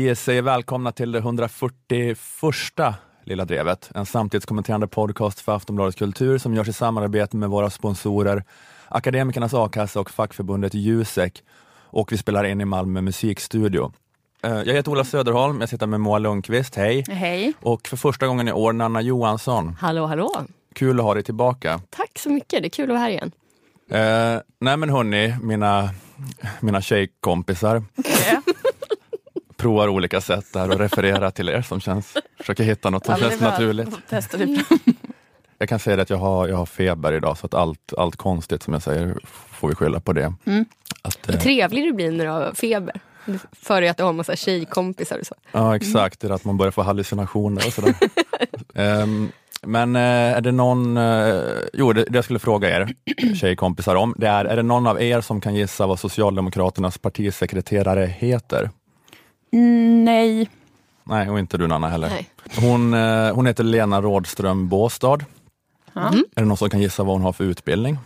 Vi säger välkomna till det 141:a Lilla Drevet, en samtidskommenterande podcast för Aftonbladets kultur som görs i samarbete med våra sponsorer Akademikernas A-kassa och fackförbundet Jusek, och vi spelar in i Malmö musikstudio. Jag heter Ola Söderholm, jag sitter med Moa Lundqvist, hej. Hej. Och för första gången i år Nanna Johansson. Hallå, hallå. Kul att ha dig tillbaka. Tack så mycket, det är kul att vara här igen. Nej men hörni, mina tjejkompisar provar olika sätt där och referera till er som försöker hitta något som känns naturligt. Jag kan säga att jag har feber idag, så att allt konstigt som jag säger får vi skylla på det. Vad trevlig du blir när du har feber. För att du har en massa tjejkompisar och så. Ja, exakt. Det är att man börjar få hallucinationer och sådär. Men är det någon... det jag skulle fråga er tjejkompisar om, det är det någon av er som kan gissa vad Socialdemokraternas partisekreterare heter? Nej. Nej, och inte du Nanna heller. Nej. Hon heter Lena Rådström Båstad. Är det någon som kan gissa vad hon har för utbildning?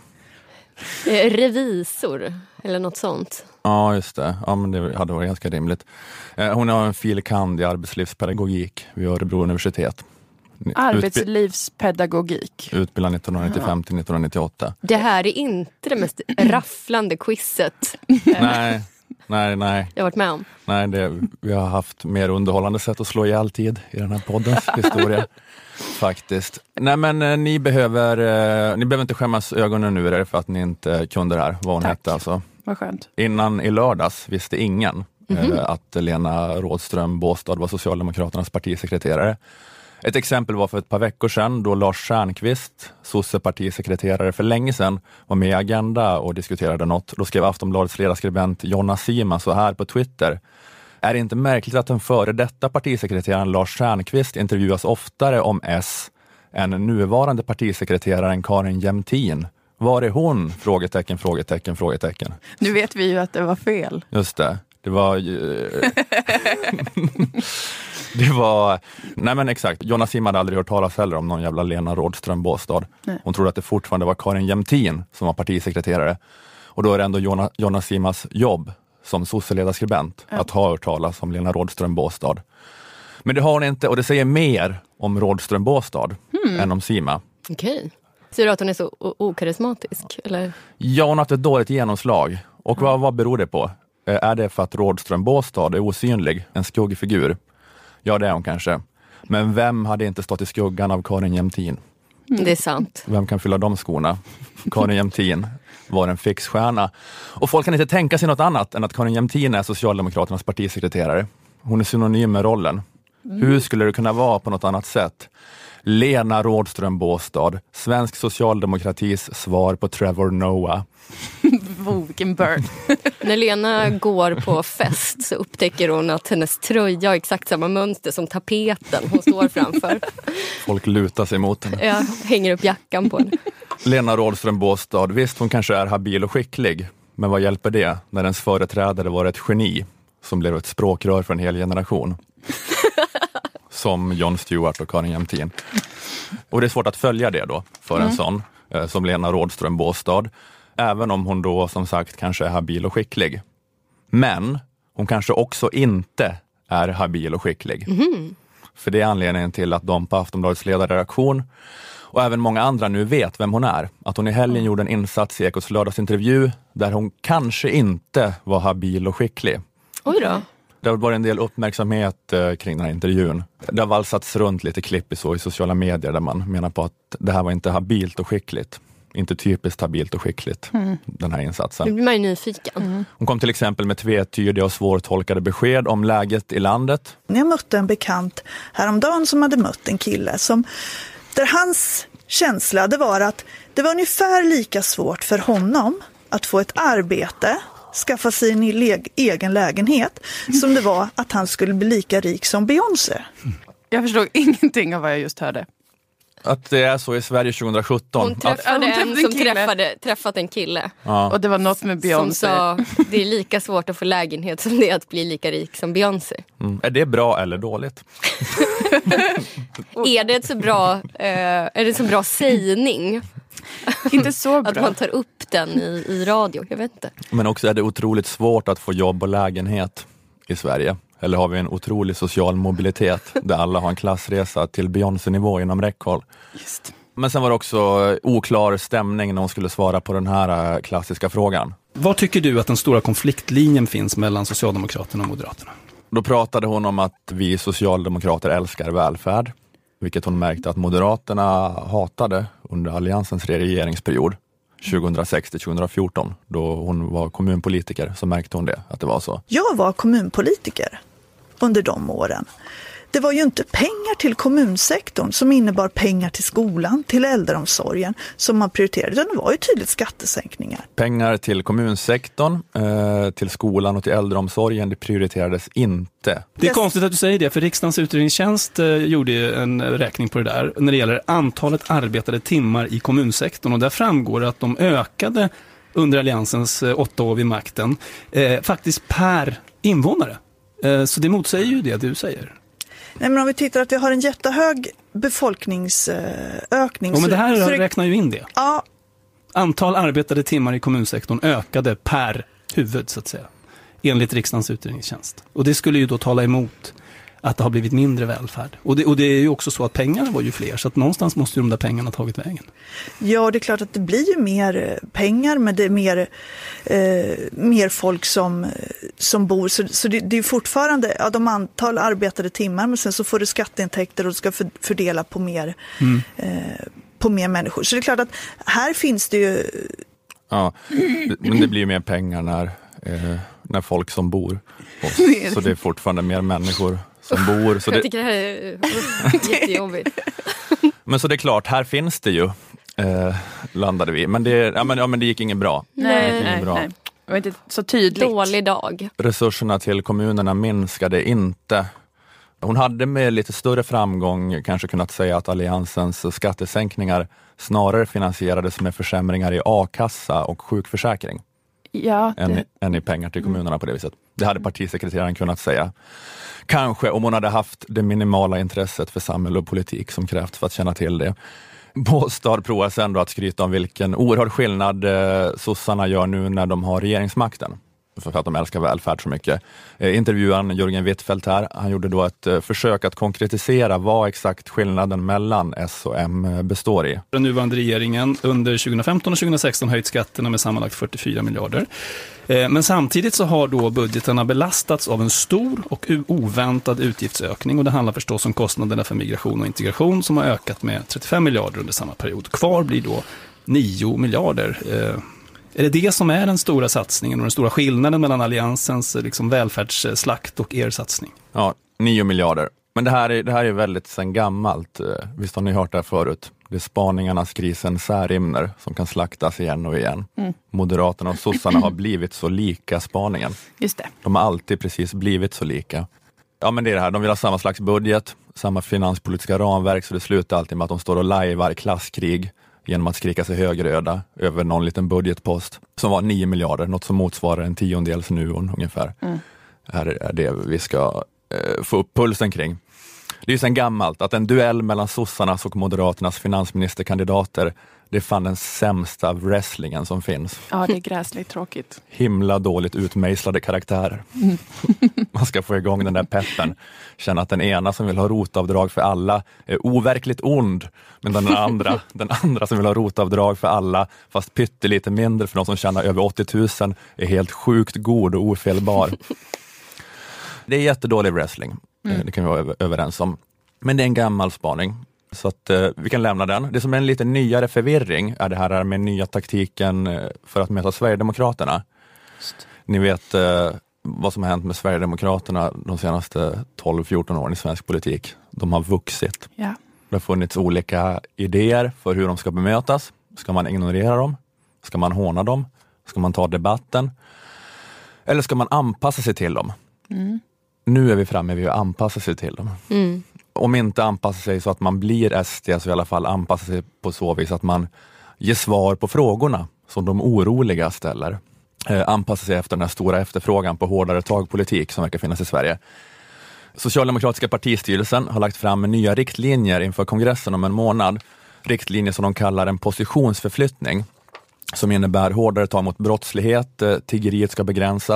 Revisor eller något sånt. Ja, just det. Ja, men det hade varit ganska rimligt. Hon har en fil.kand. i arbetslivspedagogik vid Örebro universitet. Arbetslivspedagogik. Utbildad 1995 till 1998. Det här är inte det mest rafflande quizet Nej. jag har varit med om. Nej, vi har haft mer underhållande sätt att slå ihjäl tid i den här poddens historia. Faktiskt. Nej, men ni behöver inte skämmas ögonen nu är för att ni inte kunde det här, vad hon hette alltså. Vad skönt. Innan i lördags visste ingen att Lena Rådström Båstad var Socialdemokraternas partisekreterare. Ett exempel var för ett par veckor sedan då Lars Stjernkvist, sossepartisekreterare för länge sedan, var med i Agenda och diskuterade något. Då skrev Aftonbladets ledarskribent Jonna Sima så här på Twitter: är det inte märkligt att den före detta partisekreteraren Lars Stjernkvist intervjuas oftare om S än nuvarande partisekreteraren Karin Jämtin? Var är hon? Frågetecken. Nu vet vi ju att det var fel. Just det. Det var... Nej men exakt. Jonna Sima hade aldrig hört talas heller om någon jävla Lena Rådström Båstad. Hon trodde att det fortfarande var Karin Jämtin som var partisekreterare. Och då är det ändå Jonna Simas jobb som sosseledarskribent att ha hört talas om Lena Rådström Båstad. Men det har hon inte, och det säger mer om Rådström Båstad än om Sima. Okej. Ser du att hon är så okarismatisk? Eller? Ja, hon har haft ett dåligt genomslag. Och vad beror det på? Är det för att Rådström Båstad är osynlig, en skuggfigur? Ja, det är hon kanske. Men vem hade inte stått i skuggan av Karin Jämtin? Det är sant. Vem kan fylla de skorna? Karin Jämtin var en fixstjärna. Och folk kan inte tänka sig något annat än att Karin Jämtin är Socialdemokraternas partisekreterare. Hon är synonym med rollen. Hur skulle det kunna vara på något annat sätt? Lena Rådström Båstad, svensk socialdemokratis svar på Trevor Noah. Vilken burn. När Lena går på fest så upptäcker hon att hennes tröja har exakt samma mönster som tapeten hon står framför. Folk lutar sig mot henne. Jag hänger upp jackan på henne. Lena Rådström Båstad, visst hon kanske är habil och skicklig. Men vad hjälper det när ens företrädare var ett geni som blev ett språkrör för en hel generation? Som Jon Stewart och Karin Jämtin. Och det är svårt att följa det då för en sån som Lena Rådström Båstad. Även om hon då som sagt kanske är habil och skicklig. Men hon kanske också inte är habil och skicklig. För det är anledningen till att de på Aftonbladets ledarredaktion och även många andra nu vet vem hon är. Att hon i helgen gjorde en insats i Ekots lördagsintervju där hon kanske inte var habil och skicklig. Oj då. Det har varit en del uppmärksamhet kring den här intervjun. Det har valsats runt lite klipp i sociala medier där man menar på att det här var inte habilt och skickligt. Inte typiskt habilt och skickligt, den här insatsen. Nu blir man ju nyfiken. Hon kom till exempel med tvetydiga och svårtolkade besked om läget i landet. Jag mötte en bekant häromdagen som hade mött en kille där hans känsla det var att det var ungefär lika svårt för honom att få ett arbete, skaffa sig en egen lägenhet, som det var att han skulle bli lika rik som Beyoncé. Jag förstod ingenting av vad jag just hörde. Att det är så i Sverige 2017. Hon träffade en som träffat en kille. Ja. Och det var något med Beyoncé. Som sa, det är lika svårt att få lägenhet som det är att bli lika rik som Beyoncé. Är det bra eller dåligt? Är det en så bra sägning? Inte så bra. Att man tar upp den i radio, jag vet inte. Men också är det otroligt svårt att få jobb och lägenhet i Sverige. Eller har vi en otrolig social mobilitet där alla har en klassresa till Beyoncé-nivå inom räckhåll? Just. Men sen var det också oklar stämning när hon skulle svara på den här klassiska frågan. Var tycker du att den stora konfliktlinjen finns mellan Socialdemokraterna och Moderaterna? Då pratade hon om att vi socialdemokrater älskar välfärd, vilket hon märkte att Moderaterna hatade under Alliansens regeringsperiod 2006-2014. Då hon var kommunpolitiker så märkte hon det, att det var så. Jag var kommunpolitiker under de åren. Det var ju inte pengar till kommunsektorn som innebar pengar till skolan, till äldreomsorgen som man prioriterade, utan det var ju tydligt skattesänkningar. Pengar till kommunsektorn, till skolan och till äldreomsorgen, det prioriterades inte. Det är konstigt att du säger det, för riksdagens utredningstjänst gjorde en räkning på det där när det gäller antalet arbetade timmar i kommunsektorn, och där framgår att de ökade under Alliansens 8 år vid makten faktiskt per invånare. Så det motsäger ju det du säger. Nej, men om vi tittar att vi har en jättehög befolkningsökning. Men det här räknar ju in det. Ja. Antal arbetade timmar i kommunsektorn ökade per huvud så att säga, enligt riksdagens utredningstjänst. Och det skulle ju då tala emot att det har blivit mindre välfärd. Och det är ju också så att pengarna var ju fler, så att någonstans måste ju de där pengarna ha tagit vägen. Ja, det är klart att det blir ju mer pengar, men det är mer folk som bor. Så det är fortfarande de antal arbetade timmar, men sen så får du skatteintäkter och du ska fördela på mer, på mer människor. Så det är klart att här finns det ju... Ja, men det blir ju mer pengar när folk som bor. Så det är fortfarande mer människor som bor. Så jag tycker det här är jättejobbigt. Men så det är klart, här finns det ju, landade vi. Men det gick inget bra. Nej. Det var inte så tydligt. Dålig dag. Resurserna till kommunerna minskade inte. Hon hade med lite större framgång kanske kunnat säga att Alliansens skattesänkningar snarare finansierades med försämringar i a-kassa och sjukförsäkring. Ja, än i pengar till kommunerna på det viset. Det hade partisekreteraren kunnat säga. Kanske om hon hade haft det minimala intresset för samhälle och politik som krävs för att känna till det. Båstad provar sen då att skryta om vilken oerhörd skillnad sossarna gör nu när de har regeringsmakten. För att de älskar välfärd så mycket. Intervjuaren Jörgen Wittfeldt här, han gjorde då ett försök att konkretisera vad exakt skillnaden mellan S och M består i. Den nuvarande regeringen under 2015 och 2016 höjt skatterna med sammanlagt 44 miljarder. Men samtidigt så har då budgeterna belastats av en stor och oväntad utgiftsökning, och det handlar förstås om kostnaderna för migration och integration som har ökat med 35 miljarder under samma period. Kvar blir då 9 miljarder. Är det som är den stora satsningen och den stora skillnaden mellan Alliansens välfärdsslakt och er satsning? Ja, 9 miljarder. Men det här är väldigt sen gammalt. Visst har ni hört det här förut? Det är spaningarnas krisen Särimner som kan slaktas igen och igen. Moderaterna och sossarna har blivit så lika spaningen. Just det. De har alltid precis blivit så lika. Ja, men det är det här. De vill ha samma slags budget, samma finanspolitiska ramverk, så det slutar alltid med att de står och lajvar klasskrig genom att skrika sig högröda över någon liten budgetpost som var 9 miljarder, något som motsvarar en 10-dels nuon ungefär. Här är det vi ska få upp pulsen kring. Det är ju sen gammalt att en duell mellan sossarnas och moderaternas finansministerkandidater, det är fan den sämsta wrestlingen som finns. Ja, det är gräsligt tråkigt. Himla dåligt utmejslade karaktärer. Man ska få igång den där peppen. Känna att den ena som vill ha rotavdrag för alla är overkligt ond. Men den andra som vill ha rotavdrag för alla, fast pyttelite mindre för de som tjänar över 80 000, är helt sjukt god och ofelbar. Det är jättedålig wrestling. Det kan vi vara överens om. Men det är en gammal spaning. Så att vi kan lämna den. Det som är en lite nyare förvirring är det här med nya taktiken för att möta Sverigedemokraterna. Just. Ni vet vad som har hänt med Sverigedemokraterna de senaste 12-14 åren i svensk politik. De har vuxit. Ja. Det har funnits olika idéer för hur de ska bemötas. Ska man ignorera dem? Ska man håna dem? Ska man ta debatten? Eller ska man anpassa sig till dem? Nu är vi framme vid att anpassa sig till dem. Om inte anpassa sig så att man blir SD, så i alla fall anpassa sig på så vis att man ger svar på frågorna som de oroliga ställer. Anpassa sig efter den här stora efterfrågan på hårdare tagpolitik som verkar finnas i Sverige. Socialdemokratiska partistyrelsen har lagt fram nya riktlinjer inför kongressen om en månad. Riktlinjer som de kallar en positionsförflyttning, som innebär hårdare tag mot brottslighet, tiggeriet ska begränsas,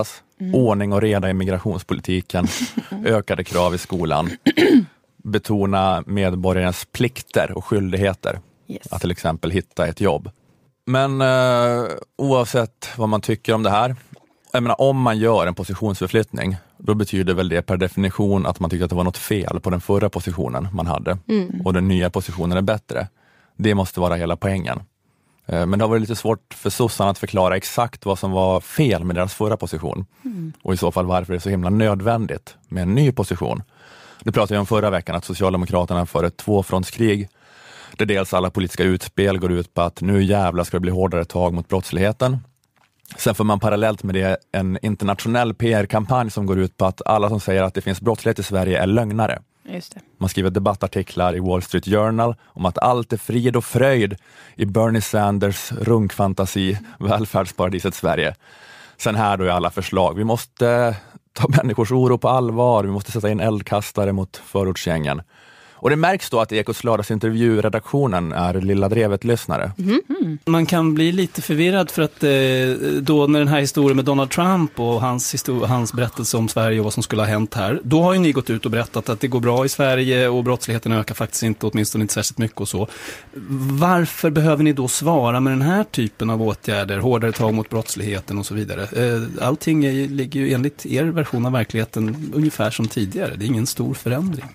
ordning och reda i migrationspolitiken, ökade krav i skolan, betona medborgarnas plikter och skyldigheter, att till exempel hitta ett jobb. Men oavsett vad man tycker om det här, jag menar, om man gör en positionsförflyttning, då betyder väl det per definition att man tycker att det var något fel på den förra positionen man hade och den nya positionen är bättre. Det måste vara hela poängen. Men det har varit lite svårt för sossarna att förklara exakt vad som var fel med deras förra position. Och i så fall varför det är så himla nödvändigt med en ny position. Det pratade jag om förra veckan, att Socialdemokraterna för ett tvåfrontskrig där dels alla politiska utspel går ut på att nu jävlar ska det bli hårdare tag mot brottsligheten. Sen får man parallellt med det en internationell PR-kampanj som går ut på att alla som säger att det finns brottslighet i Sverige är lögnare. Just det. Man skriver debattartiklar i Wall Street Journal om att allt är frid och fröjd i Bernie Sanders runkfantasi, välfärdsparadiset Sverige. Sen här då är alla förslag. Vi måste ta människors oro på allvar. Vi måste sätta in eldkastare mot förortsgängen. Och det märks då att Ekots lördagsintervju-redaktionen är Lilla Drevet-lyssnare. Man kan bli lite förvirrad för att då när den här historien med Donald Trump och hans berättelse om Sverige och vad som skulle ha hänt här, då har ju ni gått ut och berättat att det går bra i Sverige och brottsligheten ökar faktiskt inte, åtminstone inte särskilt mycket och så. Varför behöver ni då svara med den här typen av åtgärder, hårdare tag mot brottsligheten och så vidare? Allting ligger ju enligt er version av verkligheten ungefär som tidigare. Det är ingen stor förändring.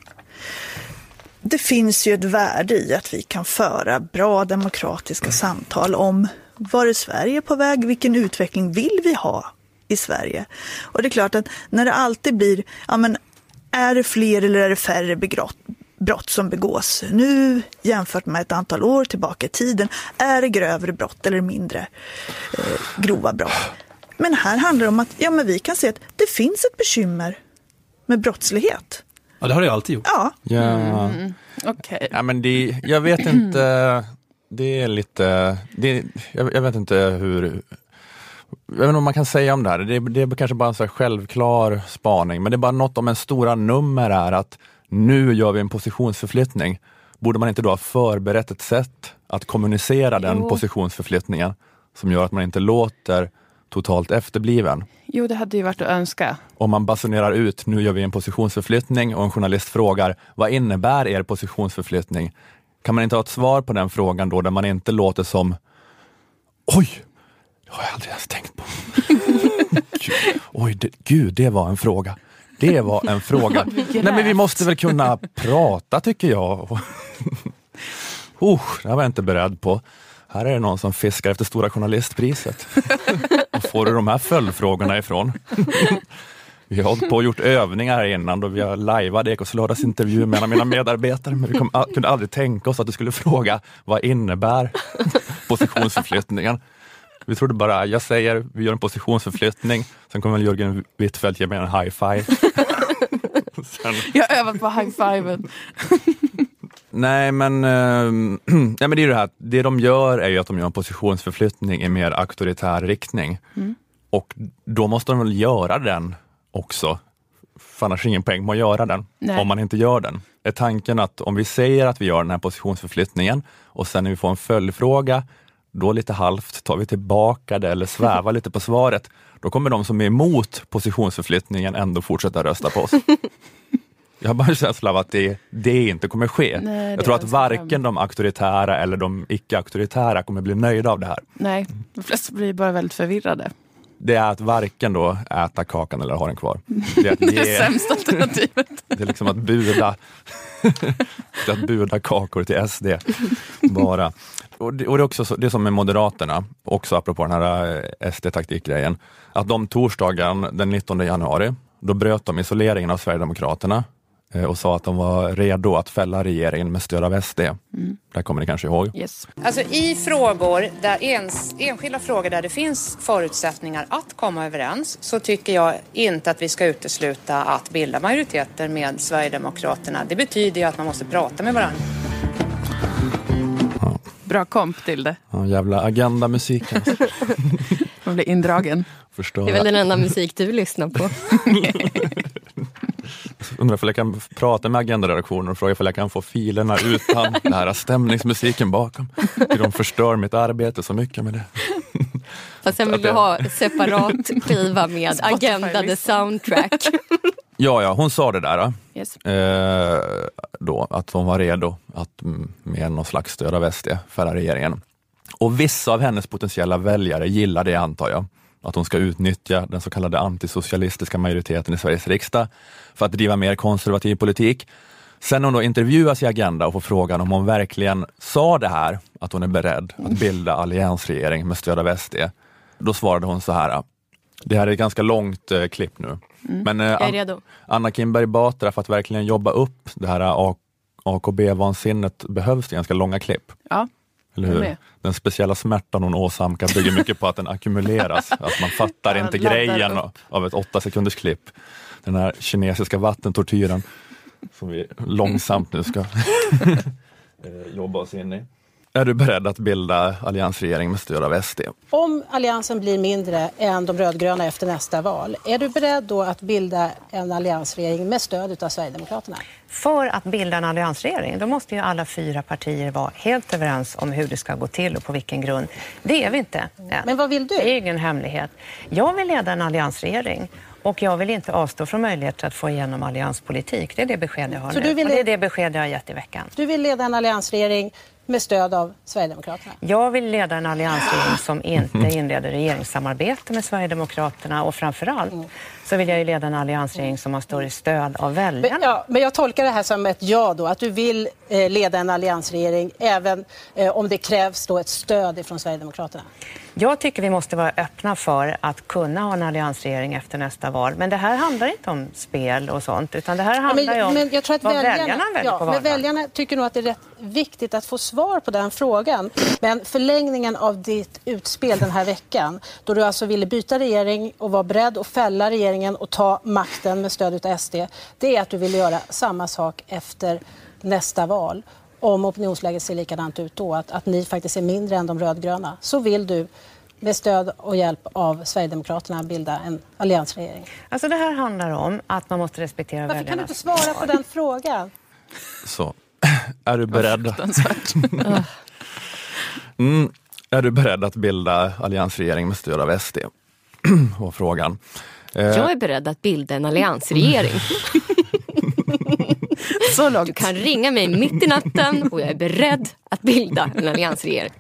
Det finns ju ett värde i att vi kan föra bra demokratiska samtal om var är Sverige på väg, vilken utveckling vill vi ha i Sverige. Och det är klart att när det alltid blir, ja men är det fler eller är det färre brott som begås nu jämfört med ett antal år tillbaka i tiden, är det grövre brott eller mindre grova brott. Men här handlar det om att ja, men vi kan se att det finns ett bekymmer med brottslighet. Ja, det har jag alltid gjort. Ja. Okej. Ja, men jag vet inte, det är lite, jag vet inte hur, jag vet inte om man kan säga om det här. Det är kanske bara en så här självklar spaning, men det är bara något om en stora nummer är att nu gör vi en positionsförflyttning. Borde man inte då ha förberett ett sätt att kommunicera den positionsförflyttningen som gör att man inte låter totalt efterbliven? Jo, det hade ju varit att önska. Om man basunerar ut, nu gör vi en positionsförflyttning och en journalist frågar, vad innebär er positionsförflyttning? Kan man inte ha ett svar på den frågan då, där man inte låter som, oj, det har jag aldrig ens tänkt på. Gud, det var en fråga. Det var en fråga. Nej, men vi måste väl kunna prata, tycker jag. Det var jag inte beredd på. Här är det någon som fiskar efter stora journalistpriset. Var får du de här följdfrågorna ifrån? Vi har hållit på och gjort övningar här innan då vi har lajvat Ekots lördagsintervju med mina medarbetare. Men vi kunde aldrig tänka oss att du skulle fråga, vad innebär positionsförflyttningen? Vi trodde bara, jag säger, vi gör en positionsförflyttning. Sen kommer väl Jörgen Wittfeldt ge mig en high five. Jag har övat på high fiven. Nej, men det är ju det här. Det de gör är ju att de gör en positionsförflyttning i mer auktoritär riktning. Och då måste de väl göra den också. För annars är ingen poäng med att göra den. Nej. Om man inte gör den. Är tanken att om vi säger att vi gör den här positionsförflyttningen och sen när vi får en följdfråga, då lite halvt tar vi tillbaka det eller svävar lite på svaret. Då kommer de som är emot positionsförflyttningen ändå fortsätta rösta på oss. Jag har bara en känsla av att det inte kommer ske. Nej, jag tror att varken de auktoritära eller de icke-auktoritära kommer bli nöjda av det här. Nej, de flesta blir bara väldigt förvirrade. Det är att varken då äta kakan eller ha den kvar. Det är sämsta alternativet. Det är liksom att buda kakor till SD bara. Och det är också det som med Moderaterna, också apropå den här SD-taktikgrejen, att de torsdagen den 19 januari, då bröt de isoleringen av Sverigedemokraterna och sa att de var redo att fälla regeringen med stöd av SD. Det kommer ni kanske ihåg. Yes. Alltså i frågor, enskilda frågor där det finns förutsättningar att komma överens, så tycker jag inte att vi ska utesluta att bilda majoriteter med Sverigedemokraterna. Det betyder ju att man måste prata med varandra. Ja. Bra komp till det. Ja, jävla agenda-musiken. Man blir indragen. Det är väl den enda musik du lyssnar på. Undrar om jag kan prata med agendaredaktionen och fråga om jag kan få filerna utan den här stämningsmusiken bakom. För de förstör mitt arbete så mycket med det. Fast sen vill du ha separat skiva med Agenda the soundtrack. Ja, hon sa det där. Yes. Då, att hon var redo att med någon slags stöd av SD fälla regeringen. Och vissa av hennes potentiella väljare gillar det, antar jag. Att hon ska utnyttja den så kallade antisocialistiska majoriteten i Sveriges riksdag för att driva mer konservativ politik. Sen hon då intervjuas i Agenda och får frågan om hon verkligen sa det här, att hon är beredd att bilda alliansregering med stöd av SD. Då svarade hon så här: det här är ett ganska långt klipp nu. Men Jag är redo. Anna Kinberg Batra, för att verkligen jobba upp det här AKB-vansinnet behövs det ganska långa klipp. Ja. Eller hur? Den speciella smärtan hon åsamkar bygger mycket på att den ackumuleras. Att man fattar inte grejen av ett 8 sekunders klipp. Den här kinesiska vattentortyren som vi långsamt nu ska jobba oss in i. Är du beredd att bilda alliansregering med stöd av SD? Om alliansen blir mindre än de rödgröna efter nästa val, är du beredd då att bilda en alliansregering med stöd av Sverigedemokraterna? För att bilda en alliansregering, då måste ju alla 4 partier vara helt överens om hur det ska gå till och på vilken grund. Det är vi inte än. Men vad vill du? Det är ingen hemlighet. Jag vill leda en alliansregering. Och jag vill inte avstå från möjligheter att få igenom allianspolitik. Det är det besked jag har nu. Och det är det besked jag har gett i veckan. Du vill leda en alliansregering med stöd av Sverigedemokraterna? Jag vill leda en alliansregering som inte inleder regeringssamarbete med Sverigedemokraterna. Och framförallt så vill jag ju leda en alliansregering som har större stöd av väljarna. Men jag tolkar det här som ett ja då. Att du vill leda en alliansregering även om det krävs då ett stöd från Sverigedemokraterna. Jag tycker vi måste vara öppna för att kunna ha en alliansregering efter nästa val. Men det här handlar inte om spel och sånt. Utan det här handlar ju om men jag tror att vad väljarna väljer på valdagen. Men väljarna tycker nog att det är rätt viktigt att få svar på den frågan. Men förlängningen av ditt utspel den här veckan, då du alltså ville byta regering och var beredd att fälla regeringen och ta makten med stöd av SD, det är att du vill göra samma sak efter nästa val. Om opinionsläget ser likadant ut då, att ni faktiskt är mindre än de rödgröna, så vill du med stöd och hjälp av Sverigedemokraterna bilda en alliansregering. Alltså det här handlar om att man måste respektera Varför väljarna. kan du inte svara på den frågan? Så, är du beredd? Är du beredd att bilda alliansregering med stöd av SD? Var frågan. Jag är beredd att bilda en alliansregering. Så långt. Du kan ringa mig mitt i natten och jag är beredd att bilda en alliansregering.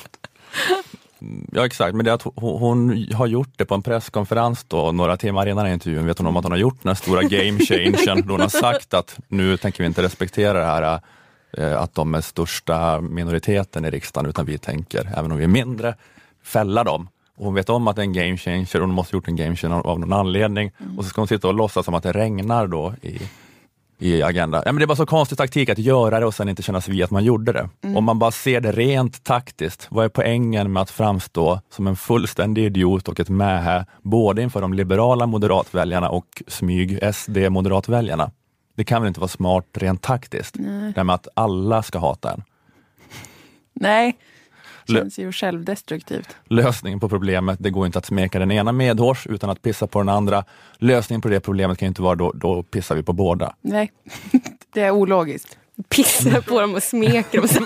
Ja, exakt. Men det är att hon har gjort det på en presskonferens då, några timmar innan intervjun. Vet hon om att hon har gjort den här stora game changen då hon har sagt att nu tänker vi inte respektera det här att de är största minoriteten i riksdagen, utan vi tänker, även om vi är mindre, fälla dem. Och hon vet om att det är en game changer och hon måste ha gjort en game changer av någon anledning. Och så ska hon sitta och låtsas som att det regnar då i Agenda. Ja, men det är bara så konstig taktik att göra det och sen inte kännas vid att man gjorde det. Om man bara ser det rent taktiskt, vad är poängen med att framstå som en fullständig idiot och ett mähä både inför de liberala moderatväljarna och smyg SD-moderatväljarna? Det kan väl inte vara smart rent taktiskt? Det med att alla ska hata en. Nej, känns ju självdestruktivt. Lösningen på problemet, det går inte att smeka den ena medhårs utan att pissa på den andra. Lösningen på det problemet kan inte vara då pissar vi på båda. Nej, det är ologiskt. Pissa på dem och smeker dem.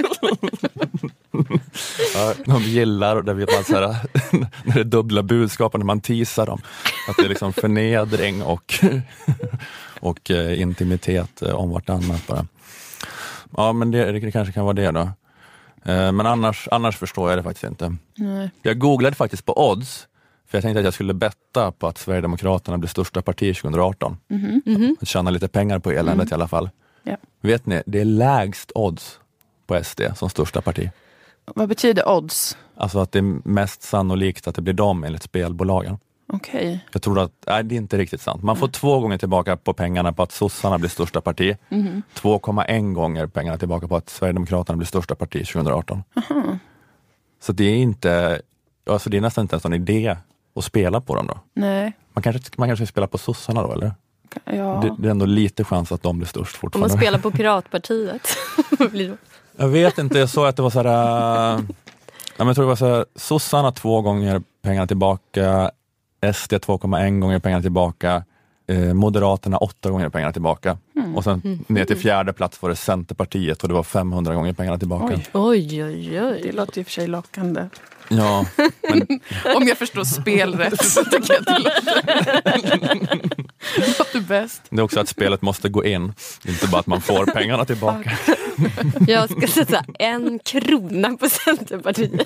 Ja, de gillar, och där vet man så här, när det är dubbla budskapen när man teasar dem. Att det är liksom förnedring och intimitet om vartannat bara. Ja, men det kanske kan vara det då. Men annars förstår jag det faktiskt inte. Nej. Jag googlade faktiskt på odds, för jag tänkte att jag skulle betta på att Sverigedemokraterna blir största parti 2018. Tjäna lite pengar på eländet i alla fall. Ja. Vet ni, det är lägst odds på SD som största parti. Vad betyder odds? Alltså att det är mest sannolikt att det blir dem enligt spelbolagen. Okej. Jag tror att, nej, det är inte riktigt sant. Man får 2 gånger tillbaka på pengarna på att sossarna blir största parti. 2,1 gånger pengarna tillbaka på att Sverigedemokraterna blir största parti 2018. Så det är inte, alltså det är nästan inte ens en idé att spela på dem då. Nej. Man kanske ska spela på sossarna då, eller? Ja. Det är ändå lite chans att de blir störst Om fortfarande. man spelar på Piratpartiet. Vad blir det? Jag vet inte, jag såg att det var så här. Jag tror det var så här, sossarna 2 gånger pengarna tillbaka, SD 2,1 gånger pengarna tillbaka, Moderaterna 8 gånger pengarna tillbaka. Och sen ner till 4:e plats var det Centerpartiet och det var 500 gånger pengarna tillbaka. Oj. Det låter ju för sig lockande. Ja, men... Om jag förstår spel rätt så tycker jag att det låter bäst. Det är också att spelet måste gå in. Inte bara att man får pengarna tillbaka. Jag ska sätta 1 krona på Centerpartiet.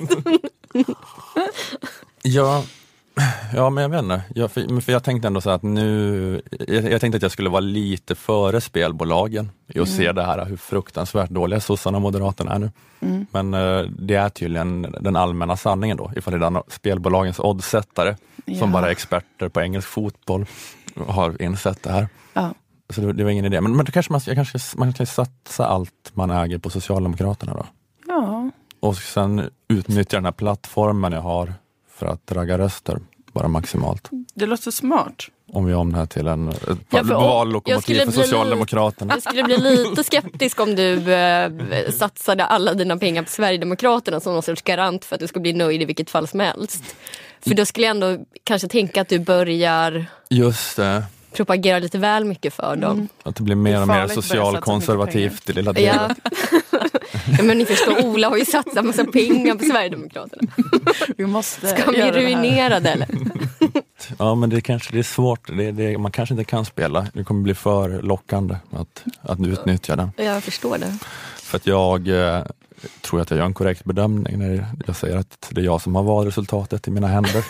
Ja, men jag vet inte. För jag tänkte ändå så att nu... Jag tänkte att jag skulle vara lite före spelbolagen i att se det här, hur fruktansvärt dåliga sossarna och Moderaterna är nu. Men det är tydligen den allmänna sanningen då. Ifall det är spelbolagens oddsättare som bara är experter på engelsk fotboll har insett det här. Ja. Så det var ingen idé. Men då kanske man kan satsa allt man äger på Socialdemokraterna då. Ja. Och sen utnyttja den här plattformen jag har för att ragga röster bara maximalt. Det låter smart. Om vi om det här till en vallokomotiv för Socialdemokraterna. Jag skulle bli lite skeptisk om du satsade alla dina pengar på Sverigedemokraterna som någon sorts garant för att du ska bli nöjd i vilket fall som helst. För då skulle jag ändå kanske tänka att du börjar propagera lite väl mycket för dem. Att det blir mer och mer socialkonservativt i lilla delen. Ja, men ni förstår, Ola har ju satsat en massa pengar på Sverigedemokraterna. Ska vi ruinera det eller? Ja, men det är svårt. Man kanske inte kan spela. Det kommer bli för lockande att utnyttja den. Jag förstår det. För att jag tror att jag gör en korrekt bedömning när jag säger att det är jag som har valresultatet i mina händer.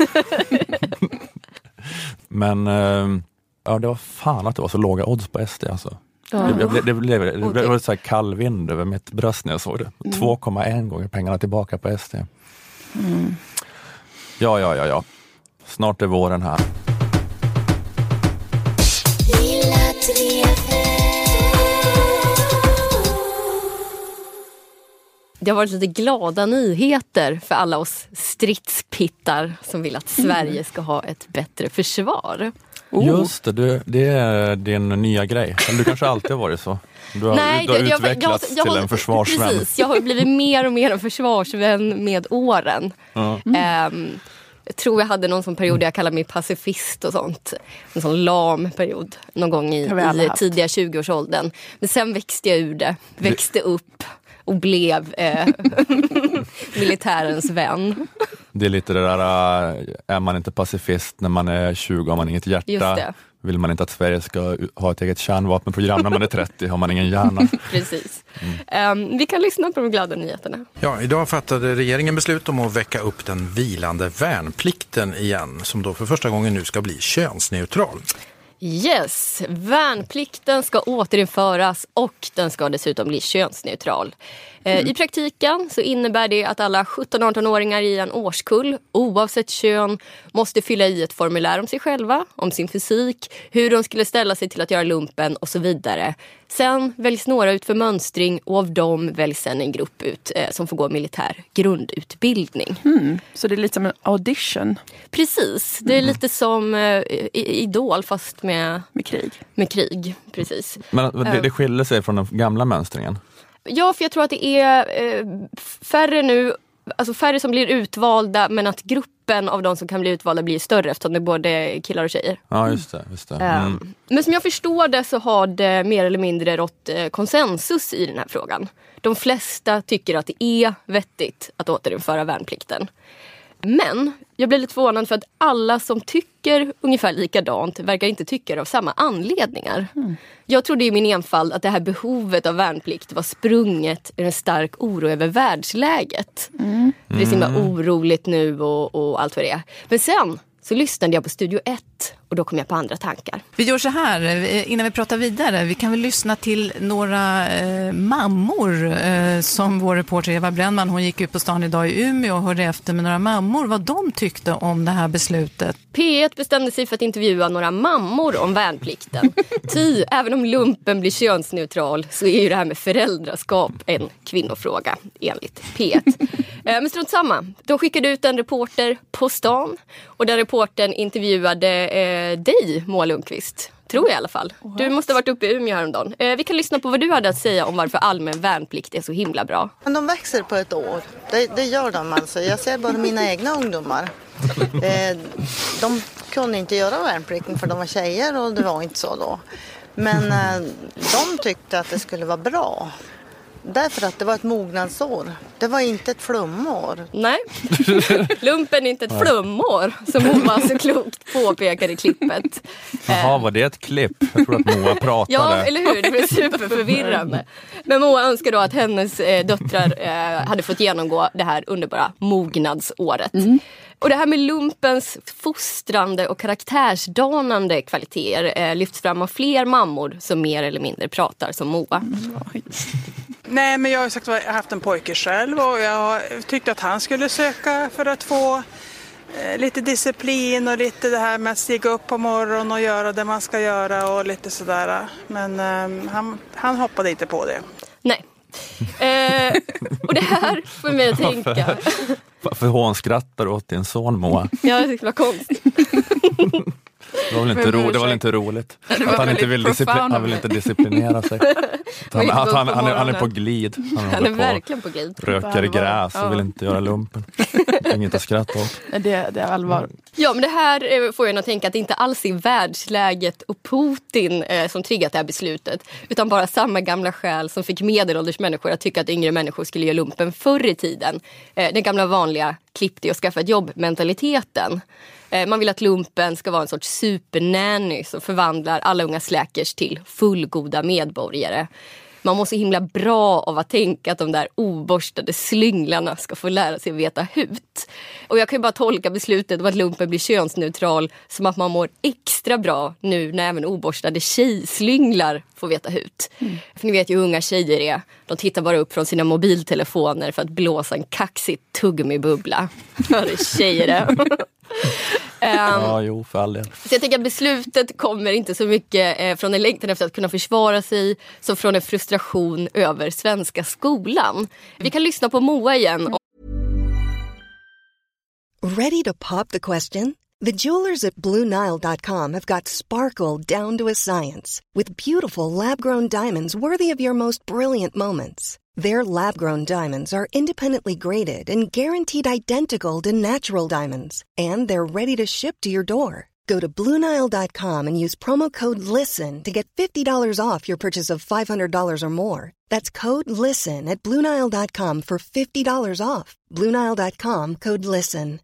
Men det var fan att det var så låga odds på SD alltså. Det blev så här kall vind över mitt bröst när jag såg det. 2,1 gånger pengarna tillbaka på SD. Ja. Snart är våren här. Det har varit lite glada nyheter för alla oss stridspittar som vill att Sverige ska ha ett bättre försvar. Just det är din nya grej. Eller du kanske alltid har varit så. Du har utvecklats till en försvarsvän. Precis, jag har blivit mer och mer en försvarsvän med åren. Jag tror jag hade någon sån period där jag kallade mig pacifist och sånt. En sån lam period någon gång i tidiga 20-årsåldern. Men sen växte jag ur det, växte upp och blev militärens vän. Det är lite det där, är man inte pacifist när man är 20 har man inget hjärta. Vill man inte att Sverige ska ha ett eget kärnvapenprogram när man är 30 har man ingen hjärna. Precis. Vi kan lyssna på de glada nyheterna. Ja, idag fattade regeringen beslut om att väcka upp den vilande värnplikten igen, som då för första gången nu ska bli könsneutral. Yes, värnplikten ska återinföras och den ska dessutom bli könsneutral. I praktiken så innebär det att alla 17-18-åringar i en årskull, oavsett kön, måste fylla i ett formulär om sig själva, om sin fysik, hur de skulle ställa sig till att göra lumpen och så vidare. Sen väljs några ut för mönstring och av dem väljs sen en grupp ut som får gå militär grundutbildning. Så det är lite som en audition? Precis, det är lite som Idol fast med krig. Med krig, precis. Men det skiljer sig från den gamla mönstringen? Ja, för jag tror att det är färre nu, alltså färre som blir utvalda, men att gruppen av de som kan bli utvalda blir större eftersom det är både killar och tjejer. Ja, just det. Men som jag förstår det så har det mer eller mindre rått konsensus i den här frågan. De flesta tycker att det är vettigt att återinföra värnplikten. Men jag blir lite förvånad för att alla som tycker ungefär likadant verkar inte tycka det av samma anledningar. Jag trodde i min enfald att det här behovet av värnplikt var sprunget ur en stark oro över världsläget. Det är så himla oroligt nu och allt vad det är. Men sen så lyssnade jag på Studio 1 och då kom jag på andra tankar. Vi gör så här, innan vi pratar vidare, vi kan väl lyssna till några mammor som vår reporter Eva Brännman, hon gick ut på stan idag i Umeå och hörde efter med några mammor vad de tyckte om det här beslutet. P1 bestämde sig för att intervjua några mammor om värnplikten. Även om lumpen blir könsneutral så är ju det här med föräldraskap en kvinnofråga enligt P1. Men strunt samma, de skickade ut en reporter på stan och den reportern intervjuade dig, Moa Lundqvist. Tror jag i alla fall. Du måste ha varit uppe i Umeå häromdagen. Vi kan lyssna på vad du hade att säga om varför allmän värnplikt är så himla bra. Men de växer på ett år. Det gör de alltså. Jag ser bara mina egna ungdomar. De kunde inte göra värnplikten för de var tjejer och det var inte så då. Men de tyckte att det skulle vara bra. Därför att det var ett mognadsår. Det var inte ett flumår. Nej, lumpen är inte ett flumår, som Moa så klokt påpekar i klippet. Jaha, var det ett klipp? Jag tror att Moa pratade. Ja, eller hur? Det blev superförvirrande. Men Moa önskar då att hennes döttrar hade fått genomgå det här underbara mognadsåret. Och det här med lumpens fostrande och karaktärsdanande kvaliteter lyfts fram av fler mammor som mer eller mindre pratar som Moa. Nej, men jag har sagt att jag har haft en pojke själv och jag tyckte att han skulle söka för att få lite disciplin och lite det här med att stiga upp på morgonen och göra det man ska göra och lite sådär. Men han hoppade inte på det. Nej. Och det här får mig att tänka. För hon skrattar åt din son, Moa. Ja, det var konstigt. Det var väl inte roligt. Att han inte vill inte disciplinera sig. Att han är på glid. Han är verkligen på glid. Röker i gräs och vill inte göra lumpen. Inget att skratta åt. Det är allvar. Ja, men det här får jag nog tänka att det inte alls är världsläget och Putin som triggat det här beslutet. Utan bara samma gamla själ som fick medelålders människor att tycka att yngre människor skulle göra lumpen förr i tiden. Den gamla vanliga klipp dig och skaffa ett jobb-mentaliteten. Man vill att lumpen ska vara en sorts supernanny som förvandlar alla unga släkers till fullgoda medborgare. Man måste himla bra av att tänka att de där oborstade slynglarna ska få lära sig veta hut. Och jag kan ju bara tolka beslutet om att lumpen blir könsneutral som att man mår extra bra nu när även oborstade tjejslynglar får veta hut. För ni vet ju hur unga tjejer är. De tittar bara upp från sina mobiltelefoner för att blåsa en kaxigt tuggummi-bubbla. Ja, det är tjejer det. Ja, jo, för all del. Så jag tänker att beslutet kommer inte så mycket från en längtan efter att kunna försvara sig som från en frustration över svenska skolan. Vi kan lyssna på Moa igen. Ready to pop the question? The jewelers at BlueNile.com have got sparkle down to a science with beautiful lab-grown diamonds worthy of your most brilliant moments. Their lab-grown diamonds are independently graded and guaranteed identical to natural diamonds. And they're ready to ship to your door. Go to BlueNile.com and use promo code LISTEN to get $50 off your purchase of $500 or more. That's code LISTEN at BlueNile.com for $50 off. BlueNile.com, code LISTEN.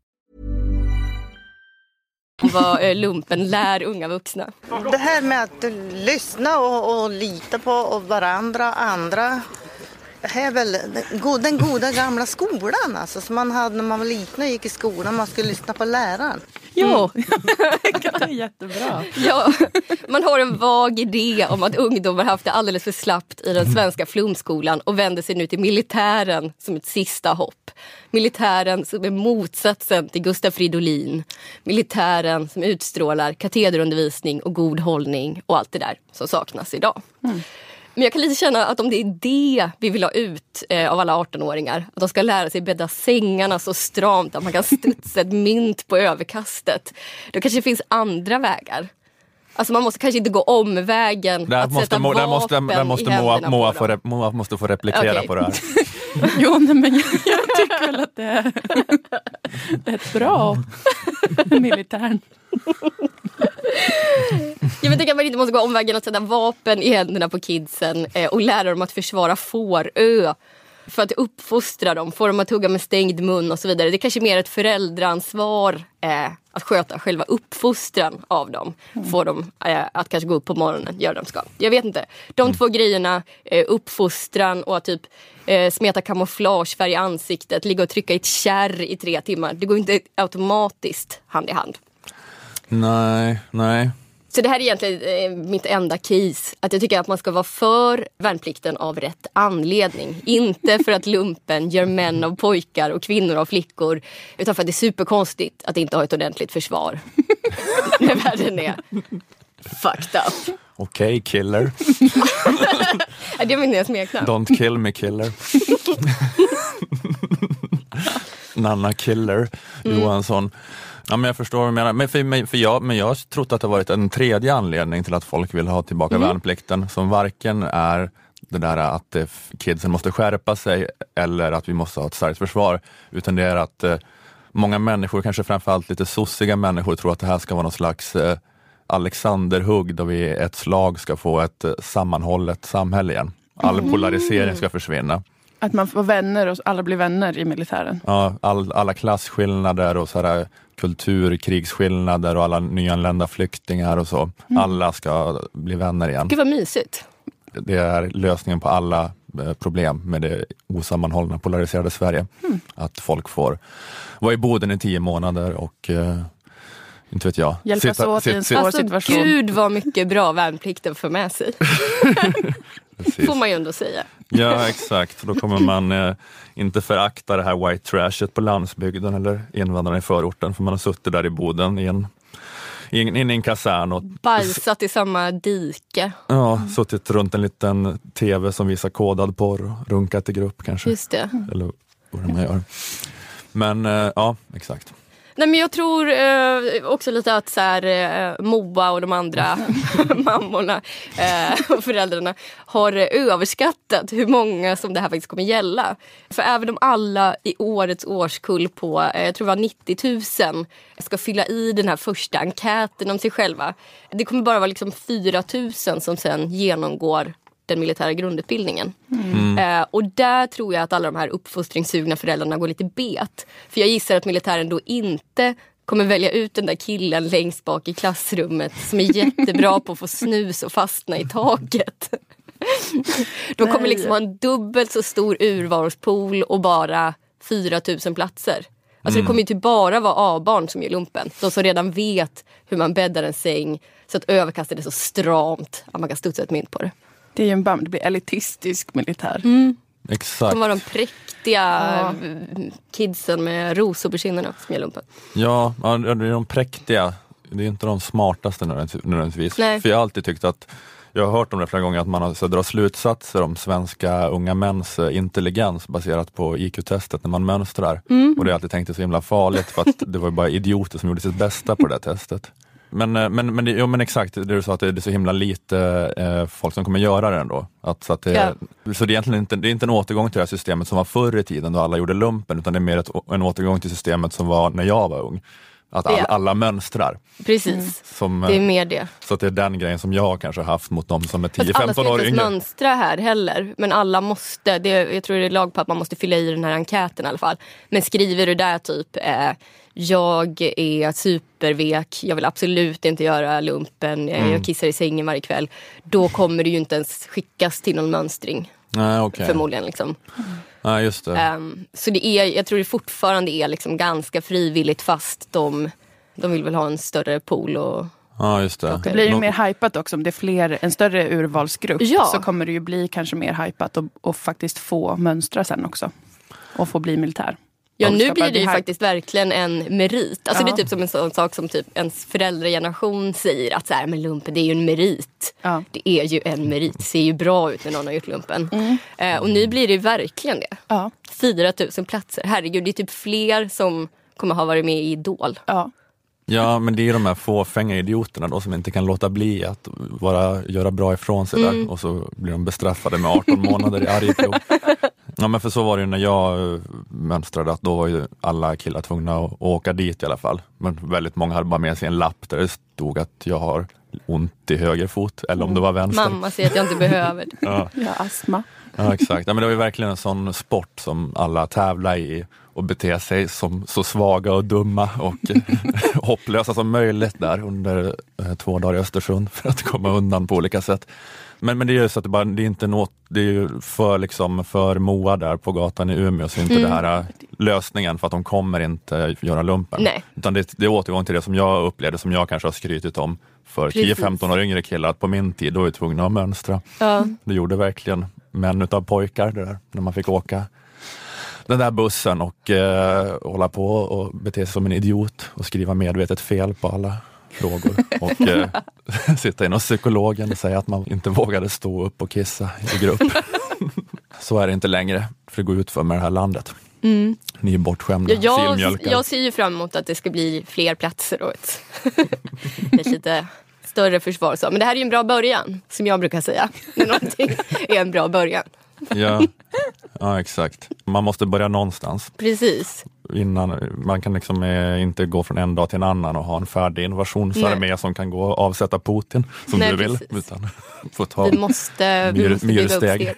Vad lumpen lär unga vuxna. Det här med att lyssna och lita på varandra, andra. Det här är väl den goda gamla skolan alltså, som man hade när man var liten och gick i skolan. Man skulle lyssna på läraren. Ja, det är jättebra. Ja, man har en vag idé om att ungdomar haft det alldeles för slappt i den svenska flumskolan och vänder sig nu till militären som ett sista hopp. Militären som är motsatsen till Gustaf Fridolin. Militären som utstrålar katederundervisning och god hållning och allt det där som saknas idag. Men jag kan lite känna att om det är det vi vill ha ut av alla 18-åringar, att de ska lära sig bädda sängarna så stramt att man kan studsa ett mynt på överkastet, då kanske det finns andra vägar. Alltså man måste kanske inte gå omvägen att sätta vapen i händerna på dem. Moa måste få replikera på det här. Jo, men jag tycker väl att det är ett bra militären. Jag vet inte att man inte måste gå omvägen att sätta vapen i händerna på kidsen och lära dem att försvara Fårö. För att uppfostra dem, få dem att hugga med stängd mun och så vidare. Det är kanske mer ett föräldraansvar att sköta själva uppfostran av dem. Få dem att kanske gå upp på morgonen, göra dem ska. Jag vet inte. De två grejerna, uppfostran och att typ smeta kamouflagefärg i ansiktet, ligga och trycka i ett kärr i 3 timmar. Det går inte automatiskt hand i hand. Nej. Så det här är egentligen mitt enda case. Att jag tycker att man ska vara för värnplikten av rätt anledning. Inte för att lumpen gör män av pojkar och kvinnor av flickor. Utan för att det är superkonstigt att inte ha ett ordentligt försvar. När världen är fucked up. Okej, killer. Det var inte smeknamn. Don't kill me, killer. Nanna Killer Johansson. Ja, men jag förstår vad du menar. Men jag har trott att det har varit en tredje anledning till att folk vill ha tillbaka värnplikten. Som varken är det där att kidsen måste skärpa sig eller att vi måste ha ett starkt försvar. Utan det är att många människor, kanske framförallt lite sossiga människor, tror att det här ska vara någon slags Alexanderhugg då vi ett slag ska få ett sammanhållet samhälle igen. All polarisering ska försvinna. Att man får vänner och alla blir vänner i militären. Ja, alla klasskillnader och så här kulturkrigsskillnader och alla nyanlända flyktingar och så. Alla ska bli vänner igen. Gud vad mysigt. Det är lösningen på alla problem med det osammanhållna polariserade Sverige. Att folk får vara i Boden i 10 månader och inte vet jag. Hjälpas åt i en svår situation. Gud vad mycket bra värnplikten för med sig. Får man ju ändå säga. Ja, exakt. Då kommer man inte förakta det här white trashet på landsbygden eller invandrarna i förorten, för man har suttit där i Boden i en kasern och bajsat i samma dike. Ja, suttit runt en liten tv som visar kodad porr och runkat i grupp kanske. Just det. Eller vad man gör. Men ja, exakt. Nej, men jag tror också lite att så här, Moa och de andra mammorna och föräldrarna har överskattat hur många som det här faktiskt kommer gälla. För även om alla i årets årskull på, jag tror det var 90 000, ska fylla i den här första enkäten om sig själva. Det kommer bara vara liksom 4 000 som sen genomgår den militära grundutbildningen. Och där tror jag att alla de här uppfostringssugna föräldrarna går lite bet. För jag gissar att militären då inte kommer välja ut den där killen längst bak i klassrummet som är jättebra på att få snus och fastna i taket. De kommer liksom ha en dubbelt så stor urvalspool och bara 4 000 platser. Alltså det kommer ju inte bara vara A-barn som gör lumpen. De som redan vet hur man bäddar en säng så att överkastet är så stramt att man kan studsa ett mynt på det. Det är ju det blir elitistisk militär. Exakt. De var de präktiga kidsen med rosor på kinderna som gör lumpen. Ja, det är de präktiga. Det är inte de smartaste nödvändigtvis. Nej. För jag har alltid tyckt att, jag har hört om det flera gånger, att man har så drar slutsatser om svenska unga mäns intelligens baserat på IQ-testet när man mönstrar. Och det har jag alltid tänkt det så himla farligt, för att det var bara idioter som gjorde sitt bästa på det där testet. Men exakt, det är så att det är så himla lite folk som kommer göra det ändå. Så det är egentligen inte, det är inte en återgång till det här systemet som var förr i tiden då alla gjorde lumpen, utan det är mer en återgång till systemet som var när jag var ung. Att alla mönstrar. Precis, det är mer det. Så att det är den grejen som jag kanske har haft mot dem som är 10-15 år yngre. Alla ska inte mönstra här heller, men alla måste, jag tror det är lag på att man måste fylla i den här enkäten i alla fall. Men skriver du där typ, jag är supervek, jag vill absolut inte göra lumpen, jag kissar i sängen varje kväll. Då kommer du ju inte ens skickas till någon mönstring. Nej, okay. Förmodligen liksom. Ja, just det. Så det är, jag tror det fortfarande är liksom ganska frivilligt, fast de vill väl ha en större pool och... Ja, just det. Det blir ju mer hypat också om det är en större urvalsgrupp, så kommer det ju bli kanske mer hypat och faktiskt få mönstra sen också och få bli militär. Ja, nu blir det ju faktiskt verkligen en merit. Alltså det är typ som en sån sak som typ ens föräldrageneration säger, att så här, men lumpen, det är ju en merit. Ja. Det är ju en merit. Det ser ju bra ut när någon har gjort lumpen. Och nu blir det verkligen det. Ja. 4 000 platser. Herregud, det är typ fler som kommer ha varit med i Idol. Ja, men det är de här fåfänga idioterna då som inte kan låta bli att göra bra ifrån sig där. Och så blir de bestraffade med 18 månader i Arjeplog. Ja, men för så var det ju när jag mönstrade, att då var ju alla killar tvungna att åka dit i alla fall. Men väldigt många hade bara med sig en lapp där det stod att jag har ont i höger fot, eller om det var vänster. Mamma säger att jag inte behöver. Jag har astma. Ja, exakt. Ja, men det var ju verkligen en sån sport som alla tävlar i och beter sig som så svaga och dumma och hopplösa som möjligt där under 2 dagar i Östersund för att komma undan på olika sätt. Men det är ju så att det är inte något, det är ju för Moa där på gatan i Umeå, så är inte det här lösningen, för att de kommer inte göra lumpen. Nej. Utan det är återgång till det som jag upplevde, som jag kanske har skrytit om för 10-15 år yngre killar, att på min tid då är tvungna att mönstra. Ja. Det gjorde verkligen män utav pojkar det där, när man fick åka den där bussen och hålla på och bete sig som en idiot och skriva medvetet fel på alla frågor och sitta in hos psykologen och säga att man inte vågade stå upp och kissa i grupp. Så är det inte längre, för det går ut för med det här landet. Ni är bortskämda, filmjölkar. Jag ser ju fram emot att det ska bli fler platser och ett lite större försvar. Men det här är ju en bra början, som jag brukar säga. När någonting är en bra början Ja, exakt. Man måste börja någonstans. Precis. Innan, man kan liksom inte gå från en dag till en annan och ha en färdig invasionsarmé som kan gå och avsätta Putin som du vill. Utan få ta vi måste myrsteg.